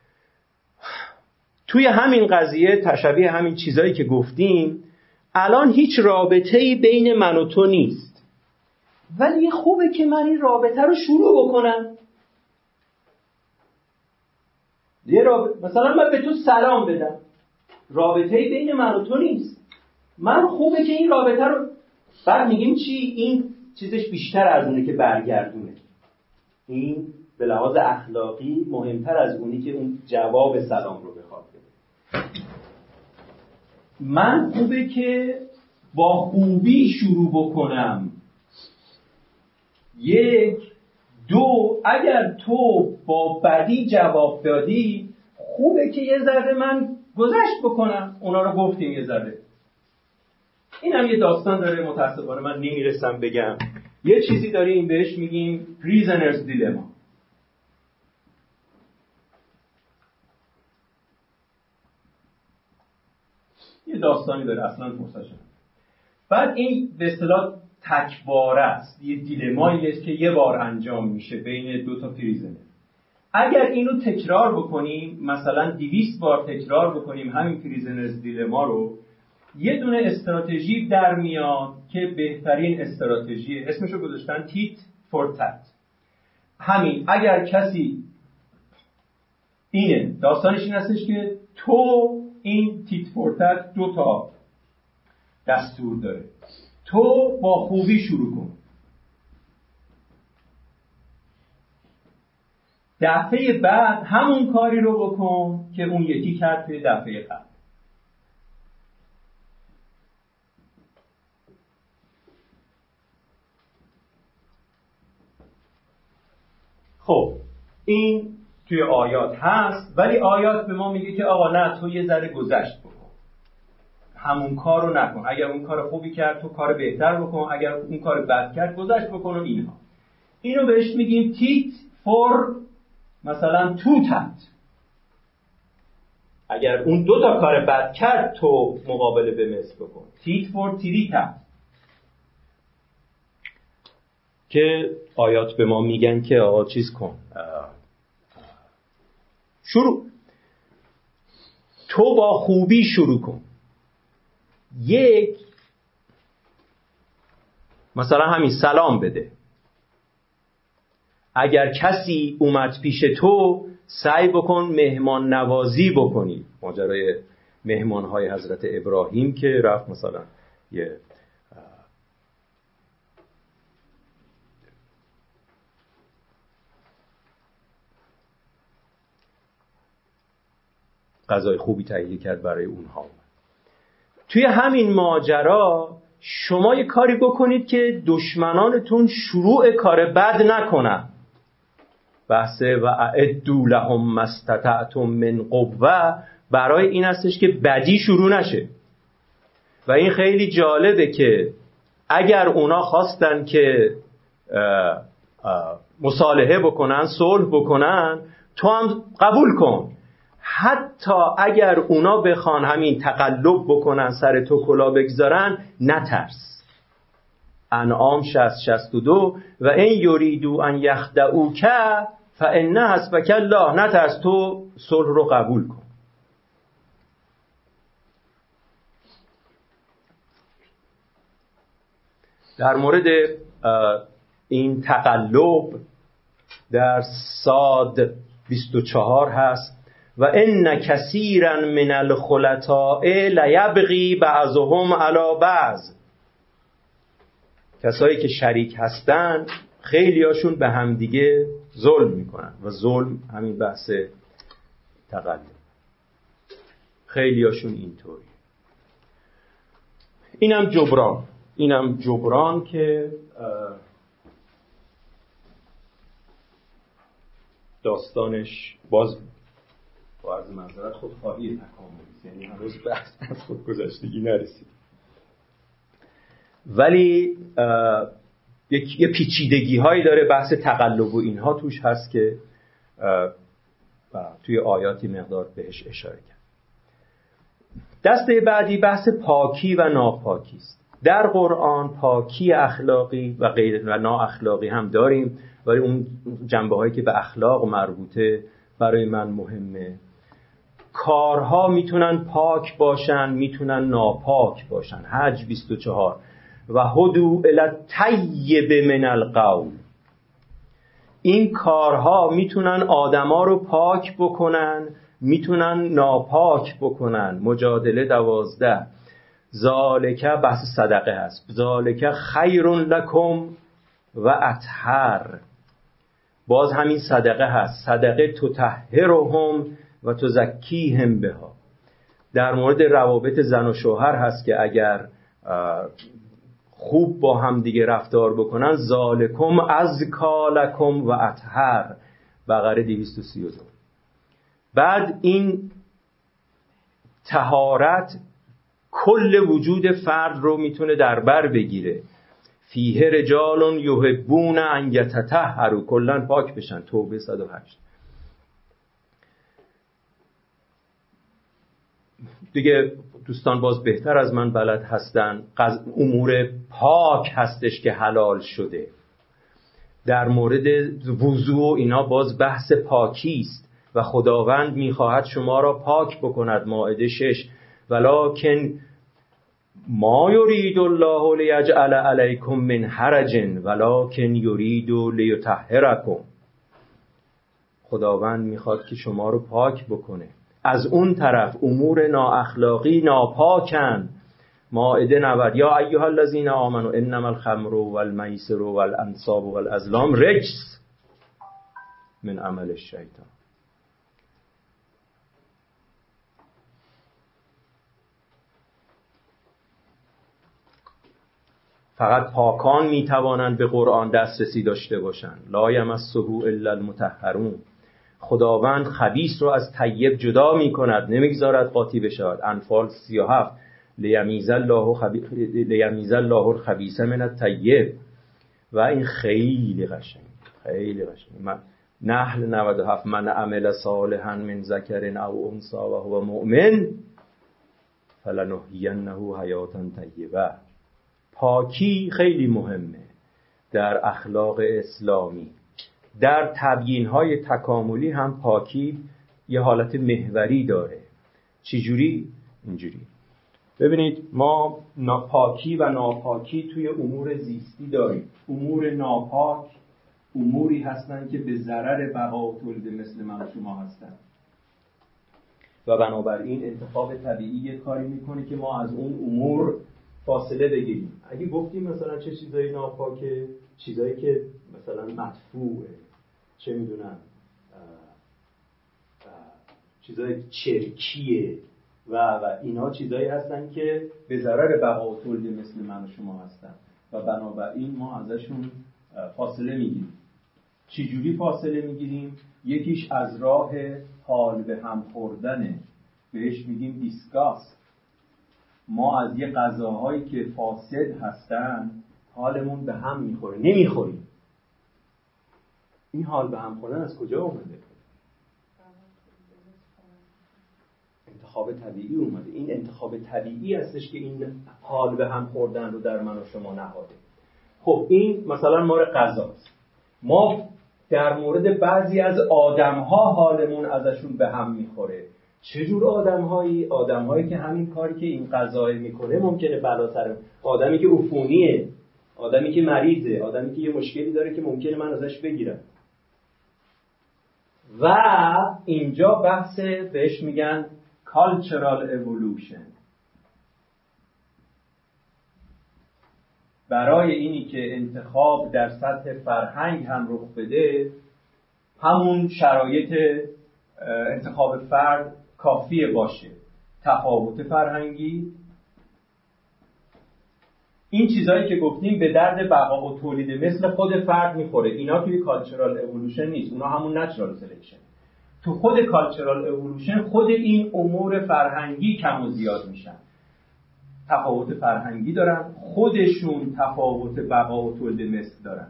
توی همین قضیه تشبیه همین چیزایی که گفتیم الان هیچ رابطه‌ای بین من و تو نیست، ولی خوبه که من این رابطه رو شروع بکنم. یه رابطه مثلا من به تو سلام بدم، رابطه‌ای بین من و تو نیست. من خوبه که این رابطه رو بعد میگیم چی؟ این چیزش بیشتر از اونه که برگردونه. این به لحاظ اخلاقی مهمتر از اونی که اون جواب سلام رو بخواد بده. من خوبه که با خوبی شروع بکنم. یک دو اگر تو با بدی جواب دادی خوبه که یه ذره من گذشت بکنم. اونا رو گفتیم یه ذره. این هم یه داستان داره، متاسفانه من نمیرسم بگم. یه چیزی داریم بهش میگیم prisoners dilemma. یه داستانی داره، اصلا فرصت شد. بعد این به اصطلاح تکباره است، یه دیلمایی است که یه بار انجام میشه بین دو تا پریزنر. اگر اینو تکرار بکنیم، مثلا دویست بار تکرار بکنیم همین پریزنرز دیلما رو، یه دونه استراتژی در میاد که بهترین استراتژی، اسمشو گذاشتن تیت فور تت. همین اگر کسی اینه، داستانش این هستش که تو این تیت فور تت دو تا دستور داره. تو با خوبی شروع کن. دفعه بعد همون کاری رو بکن که اون یکی کرد توی دفعه قبل. خب این توی آیات هست، ولی آیات به ما میگه که آقا نه، تو یه ذره گذشت بکن، همون کار رو نکن. اگر اون کار خوبی کرد تو کار بهتر بکن، اگر اون کار بد کرد گذشت بکن. و اینها اینو بهش میگیم تیت فور مثلا تو تت. اگر اون دو تا کار بد کرد تو مقابله به مثل بکن. تیت فور تری تت، که آیات به ما میگن که آقا چیز کن، شروع. تو با خوبی شروع کن. یک مثلا همین سلام بده. اگر کسی اومد پیش تو سعی بکن مهمان نوازی بکنی. ماجرای مهمانهای حضرت ابراهیم که رفت مثلا یه غذای خوبی تهیه کرد برای اونها. توی همین ماجرا شما یه کاری بکنید که دشمنانتون شروع کار بد نکنن. بحث و اعدوا لهم ما استطعتم من قوه برای این هستش که بدی شروع نشه. و این خیلی جالبه که اگر اونا خواستن که اه اه مصالحه بکنن، صلح بکنن، تو هم قبول کن. حتی اگر اونا بخوان همین تقلب بکنن، سر تو کلا بگذارن، نترس. انعام شصت شصت و دو و این یریدو ان یخدعوک فان حسبک الله. نترس، تو صلح رو قبول کن. در مورد این تقلب در صاد بیست و چهار هست و ان کثیرا من الخلطاء لیبغی بعضهم علی بعض. کسایی که شریک هستن خیلی هاشون به همدیگه ظلم میکنن و ظلم همین بحث تقلب. خیلی هاشون اینطوری. اینم جبران اینم جبران که داستانش باز با عرض معذرت خودخواهی تکاملی، یعنی هنوز بحث از خودگذشتگی نرسید، ولی یک یه پیچیدگی هایی داره بحث تقلب و اینها توش هست که توی آیاتی مقدار بهش اشاره کرد. دسته بعدی بحث پاکی و ناپاکی است. در قرآن پاکی اخلاقی و غیر و نا اخلاقی هم داریم، ولی اون جنبه هایی که به اخلاق مربوطه برای من مهمه. کارها میتونن پاک باشن، میتونن ناپاک باشن. حج بیست و چهار و هدو الی الطیب من القول. این کارها میتونن آدما رو پاک بکنن، میتونن ناپاک بکنن. مجادله دوازده. ذالک بحث صدقه هست. ذالک خیر لکم و اطهر. باز همین صدقه هست. صدقه تطهرهم و تزکیهم بها. در مورد روابط زن و شوهر هست که اگر خوب با هم دیگه رفتار بکنن، ذالکم ازکا لکم و اطهر. بقره دویست و سی و دو. بعد این طهارت کل وجود فرد رو میتونه در بر بگیره. فیه رجال یحبون ان یتطهروا. کلا پاک بشن. توبه صد و هشت. دیگه دوستان باز بهتر از من بلد هستن. امور پاک هستش که حلال شده. در مورد وضوء اینا باز بحث پاکی است و خداوند میخواهد شما را پاک بکند. مائده شش. ولکن ما یرید الله لیجعل علیکم من حرج ولکن یرید لیطهرکم. خداوند میخواد که شما رو پاک بکنه. از اون طرف امور نااخلاقی ناپاکن. مائده نود. یا ایها الذین آمنوا انما الخمر والمیسر والانصاب والازلام رجس من عمل الشیطان. فقط پاکان میتوانند به قرآن دسترسی داشته باشند. لا یمسه الا المطهرون. خداوند خبیث رو از طیب جدا میکند، نمیگذارد قاطی بشود. انفال سی و هفت. لیمیز الله خبی... لیمیز الله الخبیث من الطیب. و این خیلی قشنگ، خیلی قشنگ. من نحل نود و هفت. من عمل صالحا من ذکر او انثی و هو مؤمن فلنحیینه حیاتا طیبه. پاکی خیلی مهمه در اخلاق اسلامی. در تبیین‌های تکاملی هم پاکی یه حالت محوری داره. چجوری؟ اینجوری. ببینید ما پاکی و ناپاکی توی امور زیستی داریم. امور ناپاک اموری هستند که به ضرر بقا و تولید مثل من و شما هستند و بنابراین انتخاب طبیعی یک کاری میکنه که ما از اون امور فاصله بگیریم. اگه گفتیم مثلا چه چیزایی ناپاکه، چیزایی که مثلا مدفوعه، چه میدونم چیزای چرکیه و و اینا چیزایی هستن که به ضرر بقا و تولید مثل من و شما هستن و بنابراین ما ازشون فاصله میگیریم. چجوری فاصله میگیریم؟ یکیش از راه حال به هم خوردنه، بهش میگیم دیسکاست. ما از یه غذاهایی که فاسد هستن حالمون به هم میخوره، نمیخوریم. این حال به هم خوردن از کجا اومده؟ انتخاب طبیعی اومده. این انتخاب طبیعی هستش که این حال به هم خوردن رو در من و شما نهاده. خب این مثلا مورد غذاست. ما در مورد بعضی از آدم‌ها حالمون ازشون به هم میخوره. چجور آدم‌هایی؟ آدم‌هایی که همین کاری که این غذا میکنه ممکنه بلا سر آدمی که عفونیه، آدمی که مریضه، آدمی که یه مشکلی داره که ممکنه من ازش بگیرم. و اینجا بحث بهش میگن cultural evolution. برای اینی که انتخاب در سطح فرهنگ هم رخ بده، همون شرایط انتخاب فرد کافیه باشه. تفاوت فرهنگی، این چیزایی که گفتیم به درد بقا و تولید مثل خود فرد میخوره. اینا توی کالچرال اِوولوشن نیست، اونا همون نچرال سلکشن. تو خود کالچرال اِوولوشن خود این امور فرهنگی کم و زیاد میشن. تفاوت فرهنگی دارن، خودشون تفاوت بقا و تولید مثل دارن.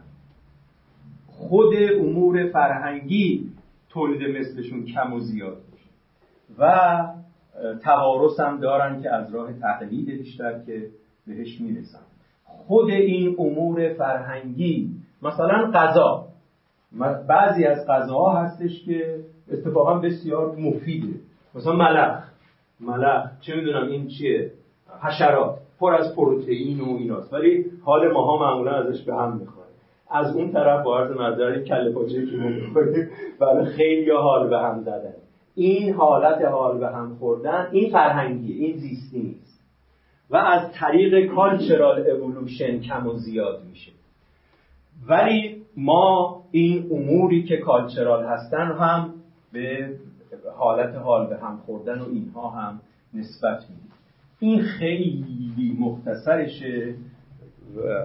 خود امور فرهنگی تولید مثلشون کم و زیاد میشه و توارث هم دارن که از راه تقلید بیشتر که بهش میرسن. خود این امور فرهنگی، مثلا غذا، بعضی از غذاها هستش که اتفاقا بسیار مفیده، مثلا ملخ ملخ چه میدونم این چیه، حشرات پر از پروتئین و ایناست، ولی حال ماها معمولا ازش به هم میخوره. از اون طرف با عرض معذرت کله پاچه‌ای که ما می‌خوریم برای خیلی حال به هم زدن. این حالت حال به هم خوردن این فرهنگیه، این زیستی نیست و از طریق کالچرال اِوولوشن کم و زیاد میشه. ولی ما این اموری که کالچرال هستن هم به حالت حال به هم خوردن و اینها هم نسبت میدیم. این خیلی مختصرشه و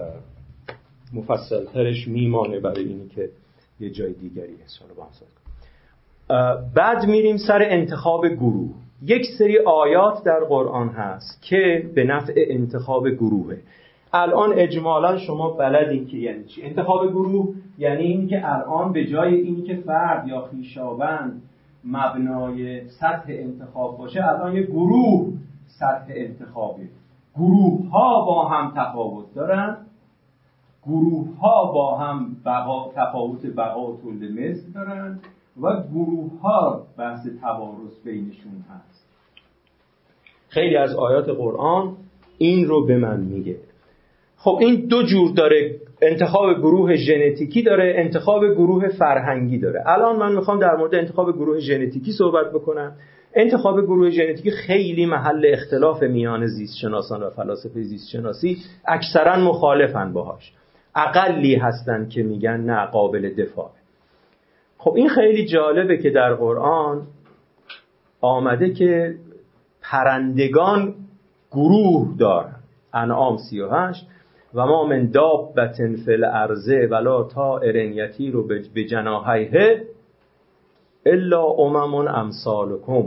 مفصلترش میمانه برای اینی که یه جای دیگری اصلا رو بحث کنیم. بعد میریم سر انتخاب گروه. یک سری آیات در قرآن هست که به نفع انتخاب گروهه. الان اجمالا شما بلدین که یعنی چی انتخاب گروه. یعنی این که الان به جای این که فرد یا خویشاوند مبنای سطح انتخاب باشه، الان یه گروه سطح انتخابه. گروه ها با هم تفاوت دارن، گروه ها با هم بقا، تفاوت بقا و تولد مثل دارن و گروه ها بحث توارث بینشون هست. خیلی از آیات قرآن این رو به من میگه. خب این دو جور داره، انتخاب گروه ژنتیکی داره، انتخاب گروه فرهنگی داره. الان من میخوام در مورد انتخاب گروه ژنتیکی صحبت بکنم. انتخاب گروه ژنتیکی خیلی محل اختلاف میان زیست شناسان و فلاسفه زیست شناسی، اکثرا مخالفن باهاش. اقلی هستن که میگن نه قابل دفاع. خب این خیلی جالبه که در قرآن آمده که پرندگان گروه دارن. انعام سی و هشت و ما من دابة فی الارض ولا طائر یطیر بجناحیه الا امم امثالکم.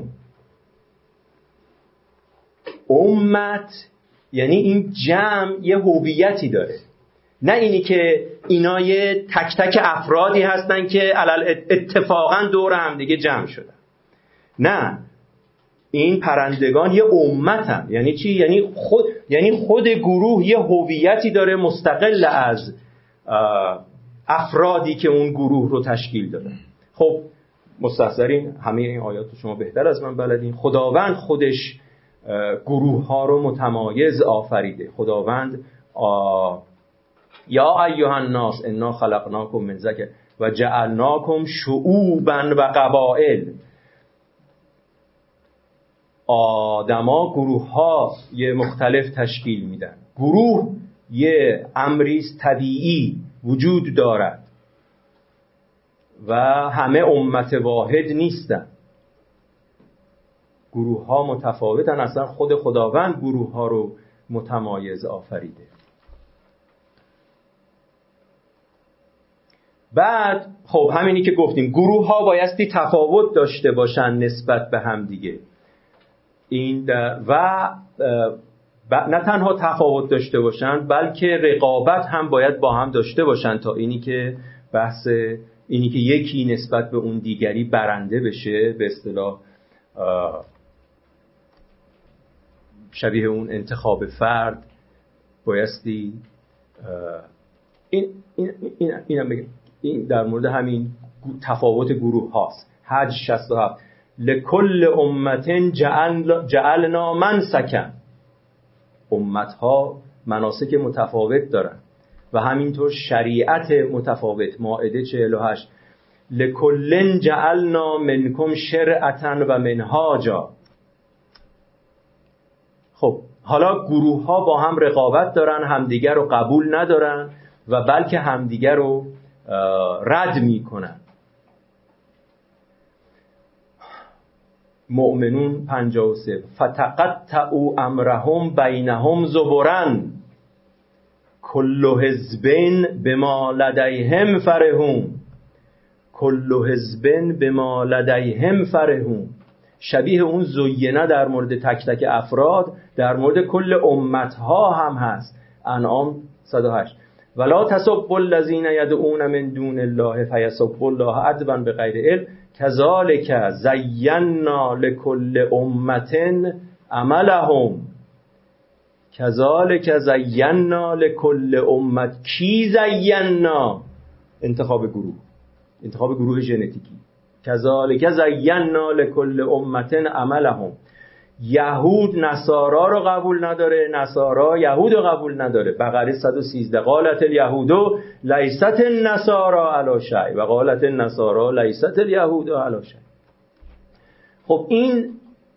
امت یعنی این جمع یه هویتی داره، نه اینی که اینا یه تک تک افرادی هستن که علل اتفاقا دور هم دیگه جمع شدن. نه، این پرندگان یه امتن. یعنی چی؟ یعنی خود یعنی خود گروه یه هویتی داره مستقل از افرادی که اون گروه رو تشکیل دادن. خب مستحضرین همه این آیات رو شما بهتر از من بلدین. خداوند خودش گروه ها رو متمایز آفریده. خداوند آ... یا ایها الناس انا خلقناکم من ذکر و جعلناکم شعوبا و قبائل. آدما گروه ها یه مختلف تشکیل میدن. گروه یه امریست طبیعی وجود دارد و همه امت واحد نیستن. گروه ها متفاوتن. اصلا خود خداوند گروه ها رو متمایز آفریده. بعد خب همینی که گفتیم، گروه ها بایستی تفاوت داشته باشن نسبت به هم دیگه. این و نه تنها تفاوت داشته باشن بلکه رقابت هم باید با هم داشته باشن تا اینی که بحث اینی که یکی نسبت به اون دیگری برنده بشه، به اصطلاح شبیه اون انتخاب فرد بایستی این این این اینم بگم. این در مورد همین تفاوت گروه هاست. حج شصت و هفت لکل امت جعل جعلنا منسکا. امت ها مناسک متفاوت دارن و همینطور شریعت متفاوت. مائده چهل و هشت لکل جعلنا منکم شرعتا و منهاجا. خب حالا گروه ها با هم رقابت دارن، همدیگر رو قبول ندارن و بلکه همدیگر رو رد می کنن. مؤمنون پنجاه و سه فتقطعوا امرهم بینهم زبرا کل حزب بما لدیهم فرحون. کل حزب بما لدیهم فرحون. شبیه اون زینه در مورد تک تک افراد در مورد کل امتها هم هست. انعام صد و هشت ولا تسبوا الذین یدعون من دون الله فیسبوا الله عدوا بغیر علم کذالک زینا لکل امت عملهم. کذالک زینا لکل امت. کی زینا؟ انتخاب گروه، انتخاب گروه ژنتیکی. کذالک زینا لکل امت عملهم. یهود نصارا رو قبول نداره، نصارا یهود رو قبول نداره. بقره صد و سیزده قالت الیهود لیست النصارا علی شیء و قالت النصارا لیست الیهود علی شیء. خب این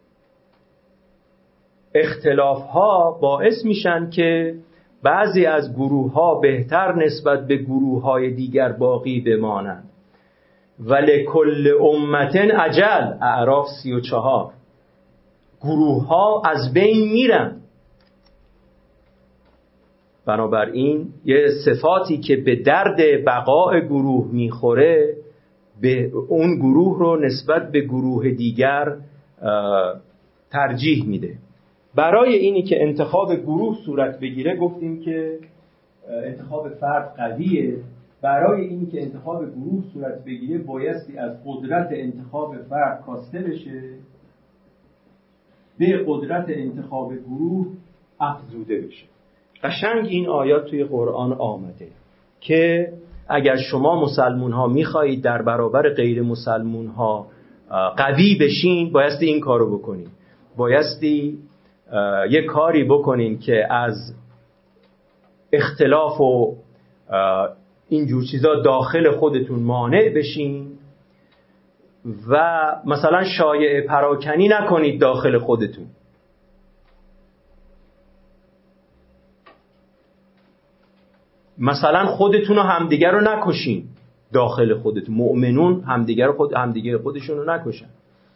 اختلاف ها باعث میشن که بعضی از گروه ها بهتر نسبت به گروه های دیگر باقی بمانند. ولکل امت اجل. اعراف سی و چهار. گروه ها از بین میرن. بنابراین یه صفاتی که به درد بقای گروه میخوره به اون گروه رو نسبت به گروه دیگر ترجیح میده. برای اینی که انتخاب گروه صورت بگیره گفتیم که انتخاب فرد قویه. برای اینی که انتخاب گروه صورت بگیره بایستی از قدرت انتخاب فرد کاسته بشه به قدرت انتخاب گروه افزوده بشه. قشنگ این آیات توی قرآن آمده که اگر شما مسلمون ها میخواهید در برابر غیر مسلمون ها قوی بشین بایستی این کارو بکنید. بایستی یه کاری بکنین که از اختلاف و اینجور چیزا داخل خودتون مانع بشین و مثلا شایعه پراکنی نکنید داخل خودتون. مثلا خودتون و همدیگر رو نکشین داخل خودتون. مؤمنون همدیگر رو خود همدیگر خودشون رو نکشن.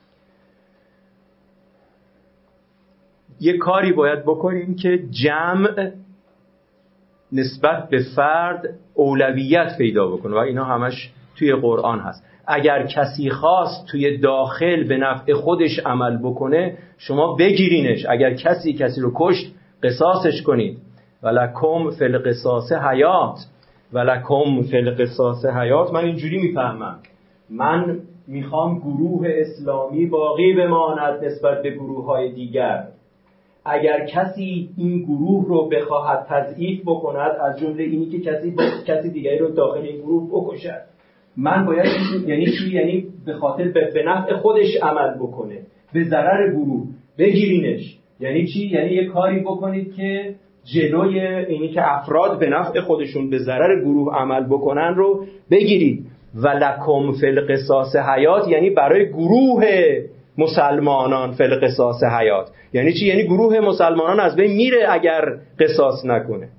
یه کاری باید بکنیم که جمع نسبت به فرد اولویت پیدا بکنه و اینا همش توی قرآن هست. اگر کسی خواست توی داخل به نفع خودش عمل بکنه شما بگیرینش. اگر کسی کسی رو کشت قصاصش کنید. ولکم فی القصاص حیات. ولکم فی القصاص حیات. من اینجوری میفهمم، من میخوام گروه اسلامی باقی بماند نسبت به گروه های دیگر. اگر کسی این گروه رو بخواهد تضعیف بکند، از جمله اینی که کسی کسی دیگری رو داخل این گروه بکشد، من باید یعنی چی؟ یعنی به خاطر به نفع خودش عمل بکنه، به ضرر گروه، بگیرینش. یعنی چی؟ یعنی یه کاری بکنید که جلوی اینی که افراد به نفع خودشون به ضرر گروه عمل بکنن رو بگیرید. و لکم فی القصاص حیات، یعنی برای گروه مسلمانان فی القصاص حیات. یعنی چی؟ یعنی گروه مسلمانان از بین میره اگر قصاص نکنه.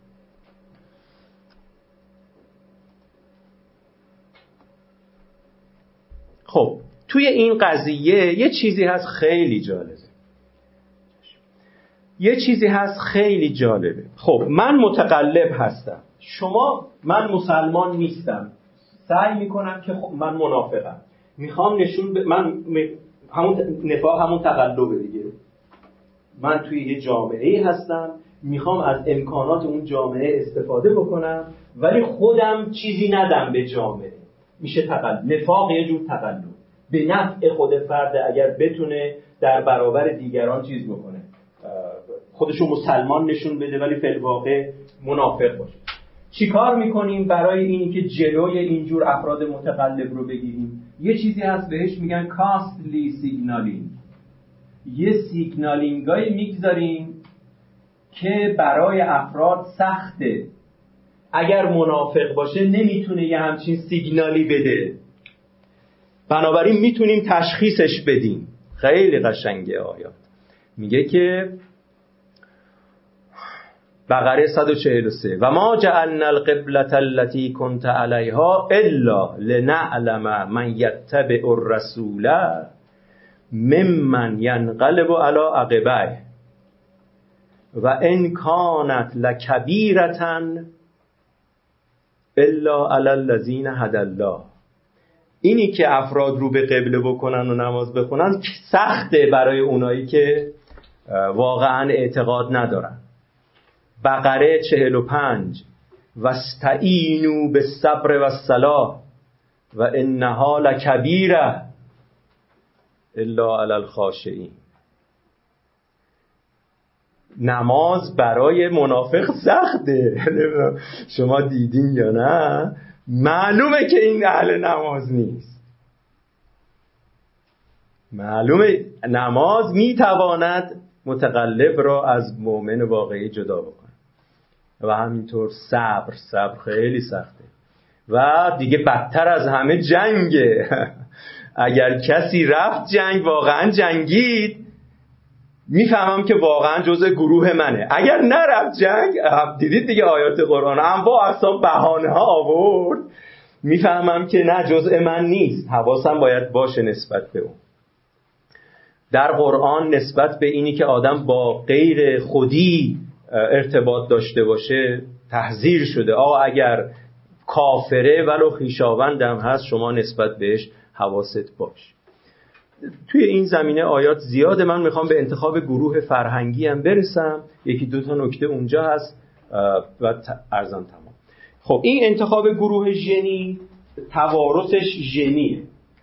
خب توی این قضیه یه چیزی هست خیلی جالبه. یه چیزی هست خیلی جالبه. خب من متقلب هستم، شما، من مسلمان نیستم، سعی میکنم که خب من منافقم، میخوام نشون ب... من همون نفاق همون تقلبه دیگه. من توی یه جامعه هستم، میخوام از امکانات اون جامعه استفاده بکنم ولی خودم چیزی ندم به جامعه. میشه تقلب. نفاق یه جور تقلب، به نفع خود فرد اگر بتونه در برابر دیگران چیز بکنه، خودشو مسلمان نشون بده ولی فی الواقع منافق باشه. چی کار میکنیم برای اینی که جلوی اینجور افراد متقلب رو بگیریم؟ یه چیزی هست بهش میگن کاستلی سیگنالینگ. یه سیگنالینگایی میگذاریم که برای افراد سخته. اگر منافق باشه نمیتونه یه همچین سیگنالی بده، بنابراین میتونیم تشخیصش بدیم. خیلی قشنگه آیات. میگه که بقره صد و چهل و سه و ما جعلنا القبلة التي كنت عليها الا لنعلم من يتبع الرسول ممن ينقلب على عقبيه و ان كانت لكبيرة الا على الذين هدى الله. اینی که افراد رو به قبله بکنن و نماز بخونن سخته برای اونایی که واقعا اعتقاد ندارن. بقره چهل و پنج واستعینوا بالصبر والصلاة و انها لکبیره الا علی الخاشعین. نماز برای منافق سخته. شما دیدین یا نه؟ معلومه که این اهل نماز نیست. معلومه نماز میتواند متقلب را از مؤمن واقعی جدا بکنه. و همینطور صبر صبر خیلی سخته و دیگه بدتر از همه جنگه. اگر کسی رفت جنگ، واقعا جنگید، میفهمم که واقعا جزء گروه منه. اگر نرفت جنگ، دیدید دیگه آیات قرآن هم با اصلا بهانه ها آورد، میفهمم که نه، جزء من نیست. حواسم باید باشه نسبت به اون. در قرآن نسبت به اینی که آدم با غیر خودی ارتباط داشته باشه تحذیر شده. آقا اگر کافره ولو خویشاوندم هست، شما نسبت بهش حواست باش. توی این زمینه آیات زیاده. من میخوام به انتخاب گروه فرهنگی هم برسم. یکی دو تا نکته اونجا هست و ارزان تمام. خب این انتخاب گروه ژنی توارثش ژنیه.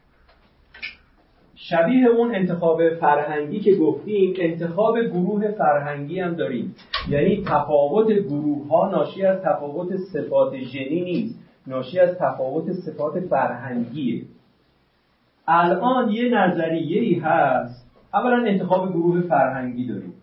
شبیه اون انتخاب فرهنگی که گفتیم، انتخاب گروه فرهنگی هم داریم. یعنی تفاوت گروه ها ناشی از تفاوت صفات ژنی نیست، ناشی از تفاوت صفات فرهنگیه. الان یه نظریه‌ای هست. اولا انتخاب گروه فرهنگی داریم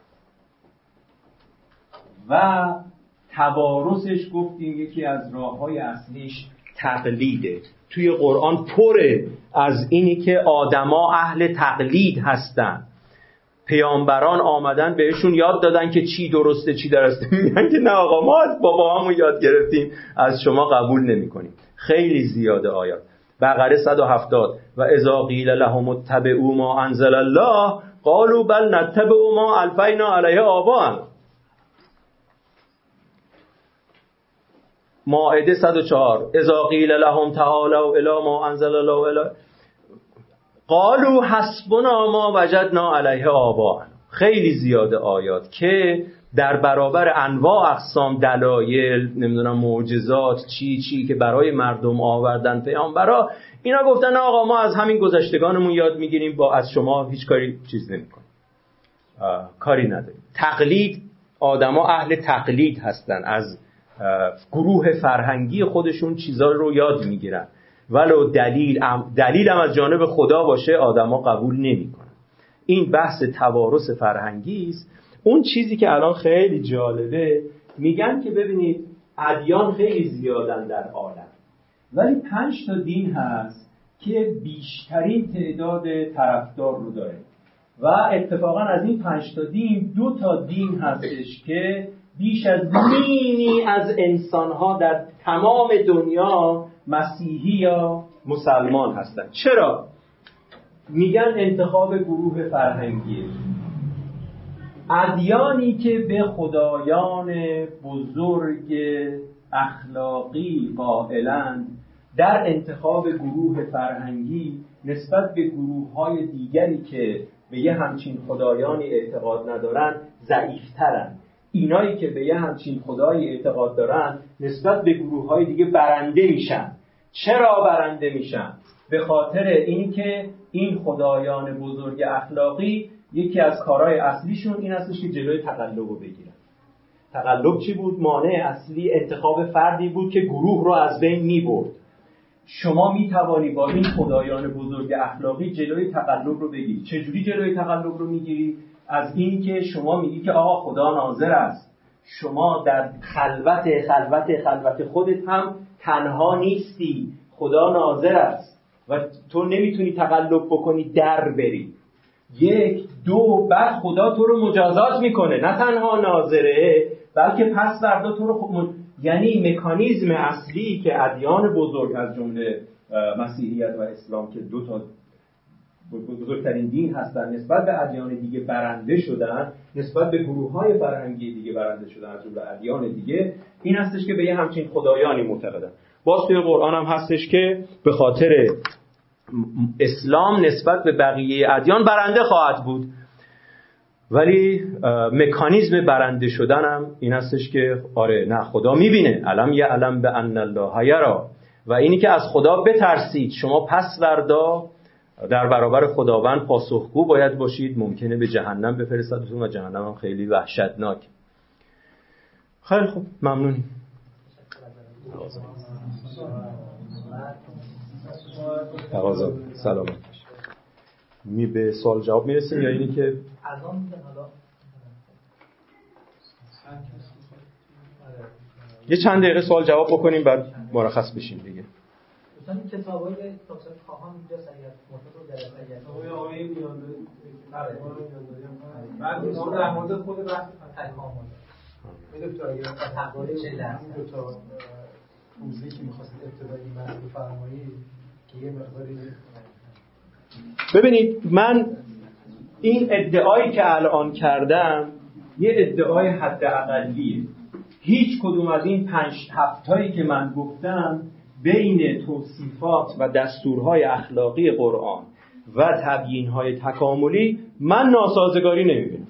و توارثش گفتیم یکی از راه‌های اصلیش تقلیده. توی قرآن پره از اینی که آدما اهل تقلید هستن. پیامبران آمدن بهشون یاد دادن که چی درسته چی درسته، میگن که نه آقا ما از باباهامون یاد گرفتیم، از شما قبول نمی‌کنیم. خیلی زیاده آیات. بقره صد و هفتاد و اذا قیل لهم اتبعوا ما انزل الله قالوا بل نتبع ما الفینا علیه آباءنا. مائده صد و چهار اذا قیل لهم تعالوا الی ما انزل الله الی قالوا حسبنا ما وجدنا علیه آباءنا. خیلی زیاده آیات که در برابر انواع اقسام دلایل، نمیدونم معجزات، چی چی که برای مردم آوردن پیامبرا، اینا گفتن آقا ما از همین گذشتگانمون یاد میگیریم، با از شما هیچ کاری چیز نمیکنیم، کاری نداریم. تقلید، آدما اهل تقلید هستن، از گروه فرهنگی خودشون چیزا رو یاد میگیرن. ولو دلیل دلیل هم از جانب خدا باشه آدما قبول نمیکنن. این بحث توارث فرهنگی است. اون چیزی که الان خیلی جالبه، میگن که ببینید ادیان خیلی زیادن در عالم، ولی پنج تا دین هست که بیشترین تعداد طرفدار رو داره و اتفاقا از این پنج تا دین دو تا دین هستش که بیش از نیمی از انسانها در تمام دنیا مسیحی یا مسلمان هستند. چرا؟ میگن انتخاب گروه فرهنگیه. ادیانی که به خدایان بزرگ اخلاقی قائلند در انتخاب گروه فرهنگی نسبت به گروه‌های دیگری که به یه همچین خدایانی اعتقاد ندارن ضعیف‌ترن. اینایی که به یه همچین خدایی اعتقاد دارن نسبت به گروه‌های دیگه برنده میشن. چرا برنده میشن؟ به خاطر اینکه این خدایان بزرگ اخلاقی یکی از کارهای اصلیشون این هستش که جلوی تقلب رو بگیرن. تقلب چی بود؟ مانع اصلی انتخاب فردی بود که گروه رو از بین میبرد. شما میتوانی با این خدایان بزرگ اخلاقی جلوی تقلب رو بگیری. چجوری جلوی تقلب رو میگیری؟ از این که شما میگی که آقا خدا ناظر است، شما در خلوت خلوت خلوت خودت هم تنها نیستی، خدا ناظر است و تو نمیتونی تقلب بکنی در بری. یک دو بعد خدا تو رو مجازات میکنه، نه تنها ناظره بلکه پس فردا تو رو خب... یعنی مکانیزم اصلی که ادیان بزرگ از جمله مسیحیت و اسلام که دو تا بزرگترین دین هستن نسبت به ادیان دیگه برنده شدن، نسبت به گروه‌های فرهنگی دیگه برنده شدن از جمله ادیان دیگه، این هستش که به یه همچین خدایانی معتقدن. باز توی قرآن هم هستش که به خاطر اسلام نسبت به بقیه ادیان برنده خواهد بود، ولی مکانیزم برنده شدنم این هستش که آره نه خدا میبینه، علم یعلم بان الله یری، و اینی که از خدا بترسید، شما پس فردا در برابر خداوند پاسخگو باید باشید، ممکنه به جهنم بفرستتون و جهنم هم خیلی وحشتناک. خیلی خوب، ممنونی. تقاضا سلامت. می به سوال جواب میرسیم یا اینی که
از آن میگن حالا
یه چند دقیقه سوال جواب بکنیم بعد مرخص بشیم دیگه.
مثلا این کتابای دکتر خواهان اینجا سریع مرتضی جلسه آقای آقای میانداری بعد اون در مورد خود بحث تکامل می دکتر اگه تقریبا چه درصد دو تا توضیحی که می‌خواستید ابتدایی بحث بفرمایید که یه مقداری.
ببینید من این ادعایی که الان کردم یه ادعای حداقلیه. هیچ کدوم از این پنج هفتایی که من گفتم بین توصیفات و دستورهای اخلاقی قرآن و تبیین‌های تکاملی من ناسازگاری نمی‌بینم.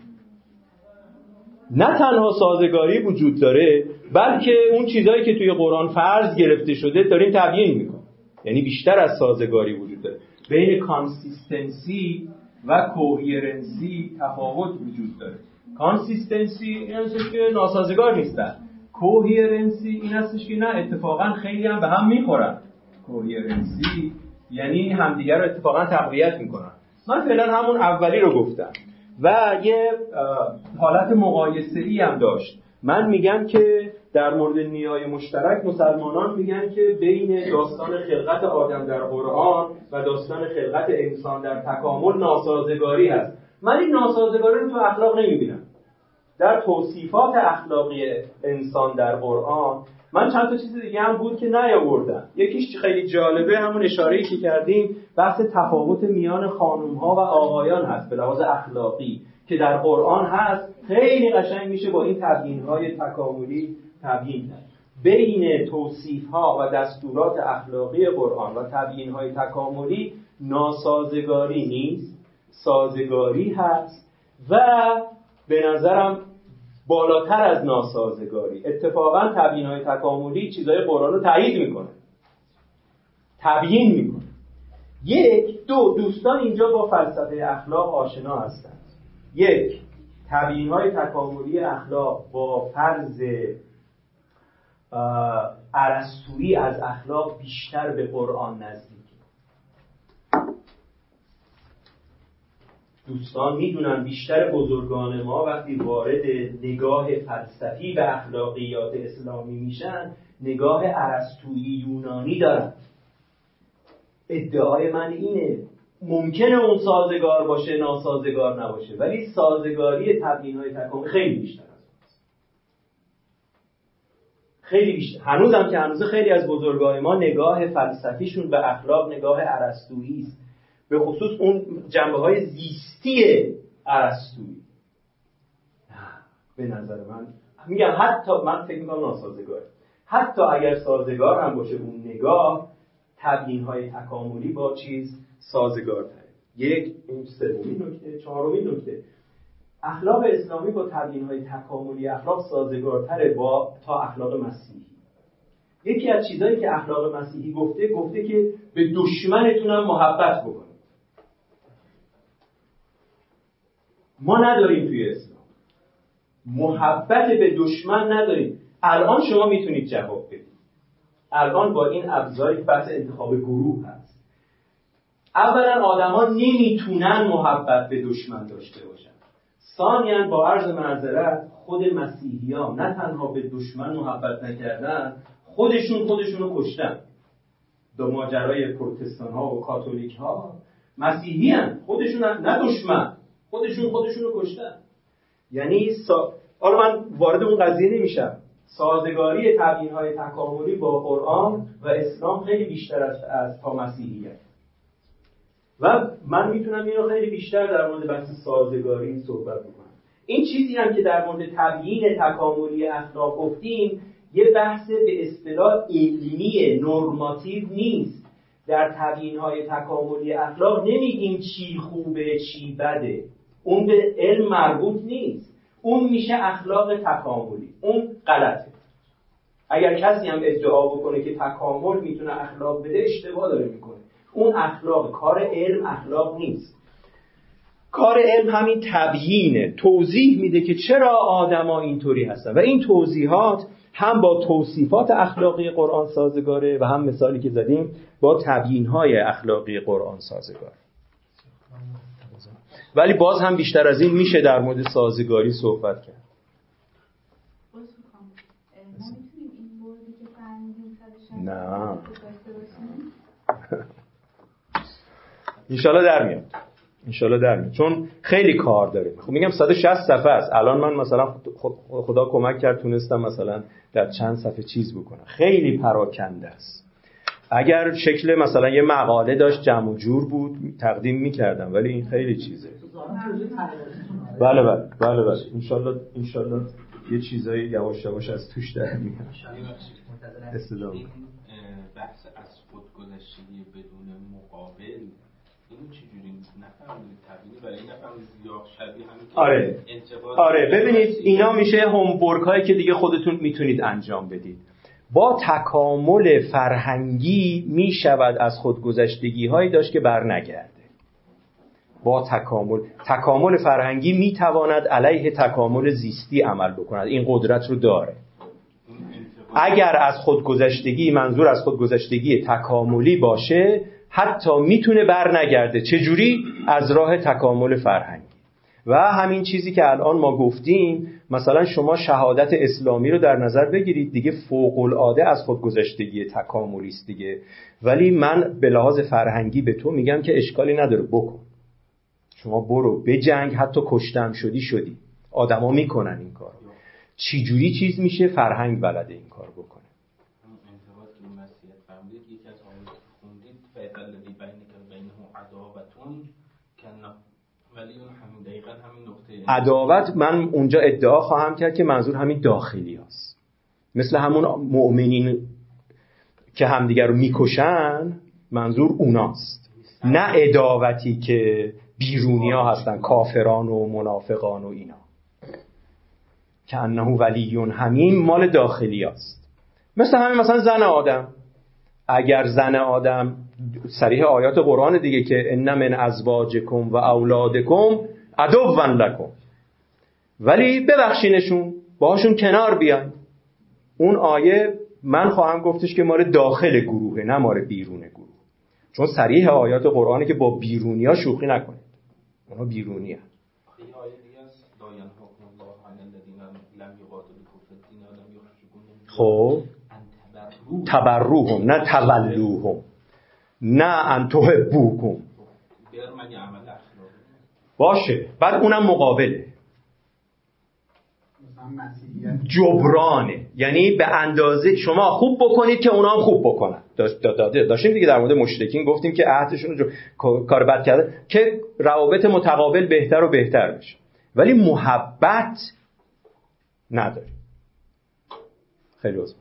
نه تنها سازگاری وجود داره بلکه اون چیزایی که توی قرآن فرض گرفته شده داریم تبیین می‌کنیم. یعنی بیشتر از سازگاری وجود داره. بین کانسیستنسی و کوهیرنسی تفاوت وجود داره. کانسیستنسی این هستش که ناسازگار نیستن. کوهیرنسی این هستش که نه اتفاقا خیلی هم به هم میخورن. کوهیرنسی یعنی همدیگر رو اتفاقا تقویت میکنن. من فعلا همون اولی رو گفتم و یه حالت مقایسه‌ای هم داشت. من میگم که در مورد نیای مشترک مسلمانان میگن که بین داستان خلقت آدم در قرآن و داستان خلقت انسان در تکامل ناسازگاری هست. من این ناسازگاری رو تو اخلاق نمیبینم. در توصیفات اخلاقی انسان در قرآن من چند تا چیز دیگه هم بود که نیاوردم. یکیش خیلی جالبه، همون اشاره‌ای که کردیم بحث تفاوت میان خانم‌ها و آقایان هست به لحاظ اخلاقی که در قرآن هست. خیلی قشنگ میشه با این تبیین‌های تکاملی تبیین کرد. بین توصیف‌ها و دستورات اخلاقی قرآن و تبیین‌های تکاملی ناسازگاری نیست، سازگاری هست و به نظرم بالاتر از ناسازگاری. اتفاقا تبیین‌های تکاملی چیزای قرآن رو تایید میکنه، تبیین میکنه. یک دو دوستان اینجا با فلسفه اخلاق آشنا هستند. یک، تبیین‌های تکاملی اخلاق با فرض ارسطویی از اخلاق بیشتر به قرآن نزدیک. دوستان میدونن بیشتر بزرگان ما وقتی وارد نگاه فلسفی به اخلاقیات اسلامی میشن نگاه ارسطویی یونانی دارن. ادعای من اینه ممکنه اون سازگار باشه ناسازگار نباشه، ولی سازگاری تبیین‌های تکاملی خیلی بیشتر از اونست. خیلی بیشتر. هنوزم که هنوز خیلی از بزرگان ما نگاه فلسفیشون به اخلاق نگاه ارسطویی است، به خصوص اون جنبه‌های زیستی ارسطویی. به نظر من میگم حتی من فکر می‌کنم ناسازگاره. حتی اگر سازگار هم باشه اون نگاه، تبیین‌های تکاملی با چیز سازگارتره. یک این سومین نکته. چهارمین نکته، اخلاق اسلامی با تبیین‌های تکاملی اخلاق سازگارتره با تا اخلاق مسیحی. یکی از چیزایی که اخلاق مسیحی گفته گفته که به دشمنتونم محبت بکنید. ما نداریم توی اسلام محبت به دشمن نداریم. الان شما میتونید جواب بدید. الان با این ابزاری بحث انتخاب گروه هست. اولا آدما نمیتونن محبت به دشمن داشته باشن. ثانیاً با عرض معذرت خود مسیحیان نه تنها به دشمن محبت نکردن، خودشون خودشون رو کشتن. دو ماجرای پروتستان ها و کاتولیک ها مسیحی هن. خودشون نه دشمن، خودشون خودشون رو کشتن. یعنی سا... حالا من وارد اون قضیه نمیشم. سازگاری تبیین‌های تکاملی با قرآن و اسلام خیلی بیشتر از, از تا مسیحیت. و من میتونم اینو خیلی بیشتر در مورد بحث سازگاری صحبت بکنم. این چیزی هم که در مورد تبیین تکاملی اخلاق گفتیم یه بحث به اصطلاح علمی نورماتیو نیست. در تبیین‌های تکاملی اخلاق نمیگیم چی خوبه چی بده. اون به علم مربوط نیست. اون میشه اخلاق تکاملی. اون غلطه. اگر کسی هم ادعا بکنه که تکامل میتونه اخلاق بده اشتباه داره میکنه. اون اخلاق، کار علم اخلاق نیست. کار علم همین تبیینه، توضیح میده که چرا آدما اینطوری هستن و این توضیحات هم با توصیفات اخلاقی قرآن سازگاره و هم مثالی که زدیم با تبیین‌های اخلاقی قرآن سازگاره. ولی باز هم بیشتر از این میشه در مورد سازگاری صحبت کرد. نه انشالله در میاد انشالله در میاد چون خیلی کار داره. خب میگم صد و شصت صفحه است. الان من مثلا خدا کمک کرد تونستم مثلا در چند صفحه چیز بکنم. خیلی پراکنده است. اگر شکل مثلا یه مقاله داشت جمع و جور بود تقدیم میکردم، ولی این خیلی چیزه. بله بله بله بله انشالله انشالله یه چیزایی یواش یواش از توش در میاد. استدلال
بحث از خودگذشتگی بدون مقابل اینو چجوری نفهمید تبیینی برای این نفهمید یا شبیه همین که
آره آره ببینید اینا میشه هومورک هایی که دیگه خودتون میتونید انجام بدید. با تکامل فرهنگی میشود از خودگذشتگی هایی داشت که بر نگرده. با تکامل تکامل فرهنگی میتواند علیه تکامل زیستی عمل بکند. این قدرت رو داره. اگر از خودگذشتگی منظور از خودگذشتگی تکاملی باشه حتی میتونه بر نگرده. چجوری؟ از راه تکامل فرهنگی. و همین چیزی که الان ما گفتیم، مثلا شما شهادت اسلامی رو در نظر بگیرید دیگه فوق العاده از خودگذشتگی تکاملی است دیگه، ولی من به لحاظ فرهنگی به تو میگم که اشکالی نداره بکن. شما برو بجنگ، حتی کشتم شدی شدی. آدما میکنن این کارو. چی جوری چیز میشه؟ فرهنگ بلده این کار بکنه.
انضباط که مسیحیت فهمید یکی از آیات خوندید فیض بینک بینه عداوتون کنا، ولی اون همین دقیقاً همین نقطه
عداوت من اونجا ادعا خواهم کرد که منظور همین داخلی هست. مثل همون مؤمنین که همدیگر رو میکشن منظور اوناست، نه عداوتی که بیرونی ها هستن، کافران و منافقان و اینا. که انه ولیون همین مال داخلی هست. مثل همین مثلا زن آدم، اگر زن آدم صریح آیات قرآن دیگه که ان من ازواجکم و اولادکم عدوا لکم، ولی ببخشینشون، باهاشون کنار بیاین. اون آیه من خواهم گفتش که مال داخل گروهه، نه مال بیرون گروه. چون صریح آیات قرآنه که با بیرونی ها شوخی نکنید، اونا بیرونی هم. خب تبروهم، نه تولوهم، نه ان تحبوکم. باشه، بعد اونم مقابله، جبرانه، یعنی به اندازه شما خوب بکنید که اونا هم خوب بکنن. داشتیم دیگه در مورد مشرکین گفتیم که عهدشون رو کار بد کرده که روابط متقابل بهتر و بهتر بشه، ولی محبت نداره. خیلی عزیز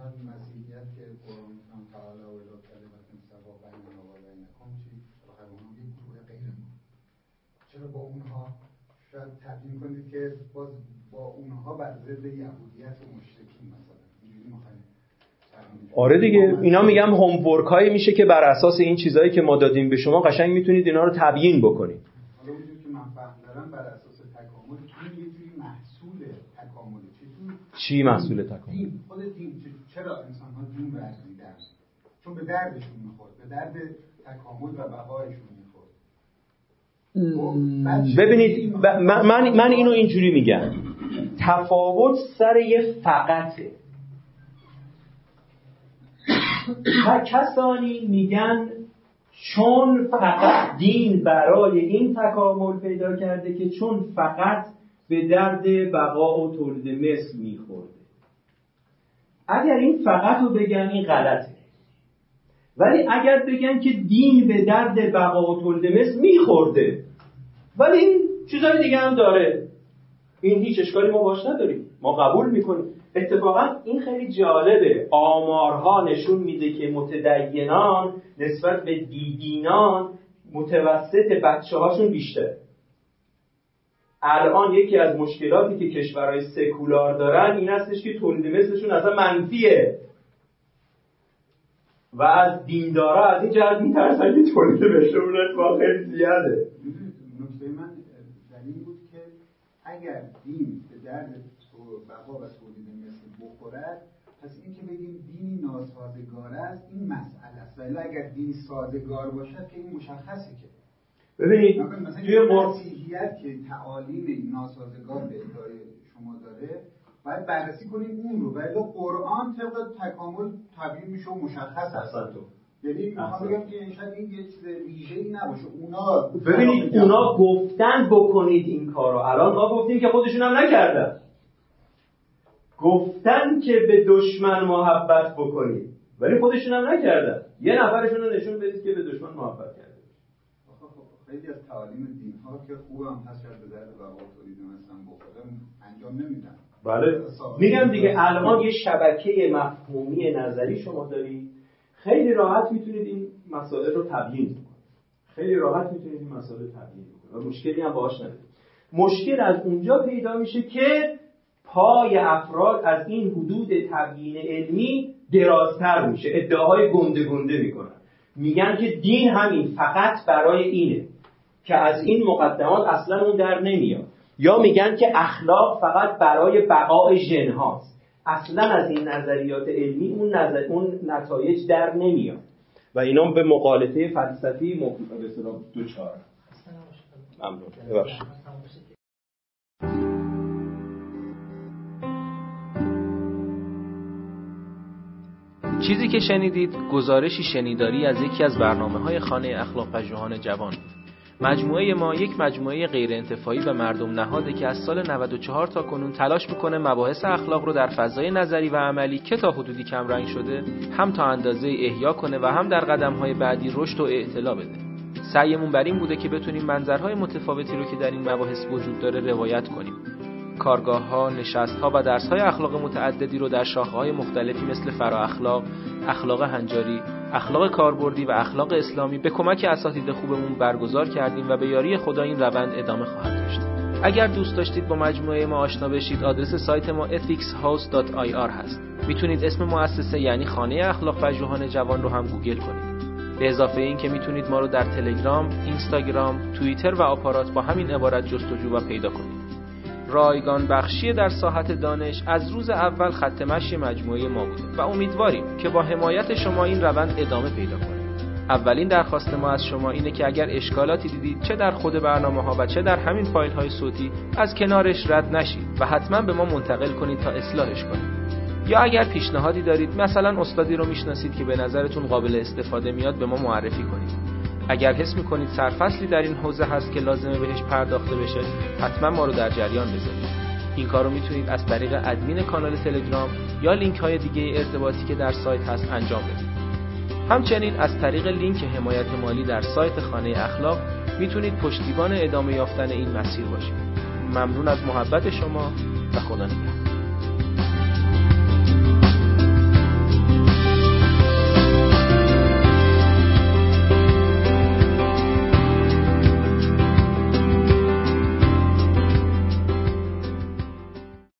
چرا با اونها شاید تبیین کنید که باز با اونها بر ضد یهودیت و مشرکین مثلا اینجوری می‌خوایم.
آره دیگه، اینا میگم هوم ورک هایی میشه که بر اساس این چیزایی که ما دادیم به شما قشنگ میتونید اینا رو تبیین بکنید.
حالا اونجوری که من فهم دارم بر اساس تکامل این یه جوری محصول تکامله.
چی محصول تکامل؟
دین، خود دین. چرا انسان ها دین ورزیدن؟ چون به دردشون میخورد، به درد تکامل و بقایشون.
ببینید من من اینو اینجوری میگم، تفاوت سر یه فقطه. و کسانی میگن چون فقط دین برای این تکامل پیدا کرده که چون فقط به درد بقا و تولید مثل میخورده. اگر این فقط رو بگن این غلطه، ولی اگر بگن که دین به درد بقا و تولید مثل میخورده ولی این چیزای دیگه هم داره، این هیچ اشکالی ما باش نداریم، ما قبول میکنیم. اتفاقا این خیلی جالبه، آمارها نشون میده که متدینان نسبت به بیدینان متوسط بچه هاشون بیشتره. الان یکی از مشکلاتی که کشورهای سکولار دارن این هستش که تولید مثلشون اصلا منفیه و از دیندارا از این جهت میترسن که تولید مثلشون اتفاقا خیلی زیاده.
نکته من در این بود که اگر دین به درد بقا و تولید مثل بخورد، پس این که بگیم دینی ناسازگار است این مسئله است، ولی اگر دین سازگار باشد که این مشخصه. که
ببینید
توی مسیحیت که تعالیم ناسازگار به ادعای شما داره باید بررسی کنیم اون رو، ولی قرآن طبق تکامل تبیین میشه و مشخص است. یعنی میخوام بگم که شاید این یه چیز ویژه‌ای نباشه. اونا
ببینید اونا گفتن بکنید این کارو، الان ما گفتیم که خودشون هم نکردن. گفتن که به دشمن محبت بکنید ولی خودشون هم نکردن. یه نفرشون رو نشون بدید که به دشمن محبت کرده.
خیلی از تعالیم دین‌ها که خوبم هست شاید به درد بقا و تولید مثلا بخوره انجام نمیدن.
بله میگم دیگه الان یه شبکه مفهومی نظری شما دارید، خیلی راحت میتونید این مسائل رو تبیین کنید. خیلی راحت میتونید این مسائل رو تبیین کنید و مشکلی هم باهاش ندارید. مشکل از اونجا پیدا میشه که پای افراد از این حدود تبیین علمی درازتر میشه، ادعاهای گنده گنده میکنن، میگن که دین همین فقط برای اینه که از این مقدمات اصلا اون در نمیاد، یا میگن که اخلاق فقط برای بقای ژن هاست، اصلا از این نظریات علمی اون نظر اون نتایج در نمیاد و اینا به مقالطه فلسفی به اصطلاح دوچار. ممنون. ببخشید.
چیزی که شنیدید گزارشی شنیداری از یکی از برنامه‌های خانه اخلاق پژوهان جوان بود. مجموعه ما یک مجموعه غیر انتفاعی و مردم نهاده که از سال نود و چهار تا کنون تلاش میکنه مباحث اخلاق رو در فضای نظری و عملی که تا حدودی کم رنگ شده هم تا اندازه احیا کنه و هم در قدم‌های بعدی رشد و اعتلا بده. سعیمون بر این بوده که بتونیم منظرهای متفاوتی رو که در این مباحث وجود داره روایت کنیم. کارگاه‌ها، نشست‌ها و درس‌های اخلاق متعددی رو در شاخه‌های مختلفی مثل فرا اخلاق، اخلاق هنجاری، اخلاق کاربردی و اخلاق اسلامی به کمک اساتید خوبمون برگزار کردیم و به یاری خدا این روند ادامه خواهد داشت. اگر دوست داشتید با مجموعه ما آشنا بشید، آدرس سایت ما ethics house dot i r هست. میتونید اسم مؤسسه یعنی خانه اخلاق پژوهان جوان رو هم گوگل کنید. به اضافه این که میتونید ما رو در تلگرام، اینستاگرام، توییتر و آپارات با همین عبارت جستجو و پیدا کنید. رایگان بخشی در ساحت دانش از روز اول خط مشی مجموعه ما بوده و امیدواریم که با حمایت شما این روند ادامه پیدا کنه. اولین درخواست ما از شما اینه که اگر اشکالاتی دیدید چه در خود برنامه‌ها و چه در همین فایل‌های صوتی از کنارش رد نشید و حتما به ما منتقل کنید تا اصلاحش کنیم. یا اگر پیشنهادی دارید، مثلا استادی رو میشناسید که به نظرتون قابل استفاده میاد، به ما معرفی کنید. اگر حس میکنید سرفصلی در این حوزه هست که لازمه بهش پرداخته بشه، حتما ما رو در جریان بذارید. این کار رو میتونید از طریق ادمین کانال تلگرام یا لینک های دیگه ارتباطی که در سایت هست انجام بدید. همچنین از طریق لینک حمایت مالی در سایت خانه اخلاق میتونید پشتیبان ادامه یافتن این مسیر باشید. ممنون از محبت شما و خدا نگهدار.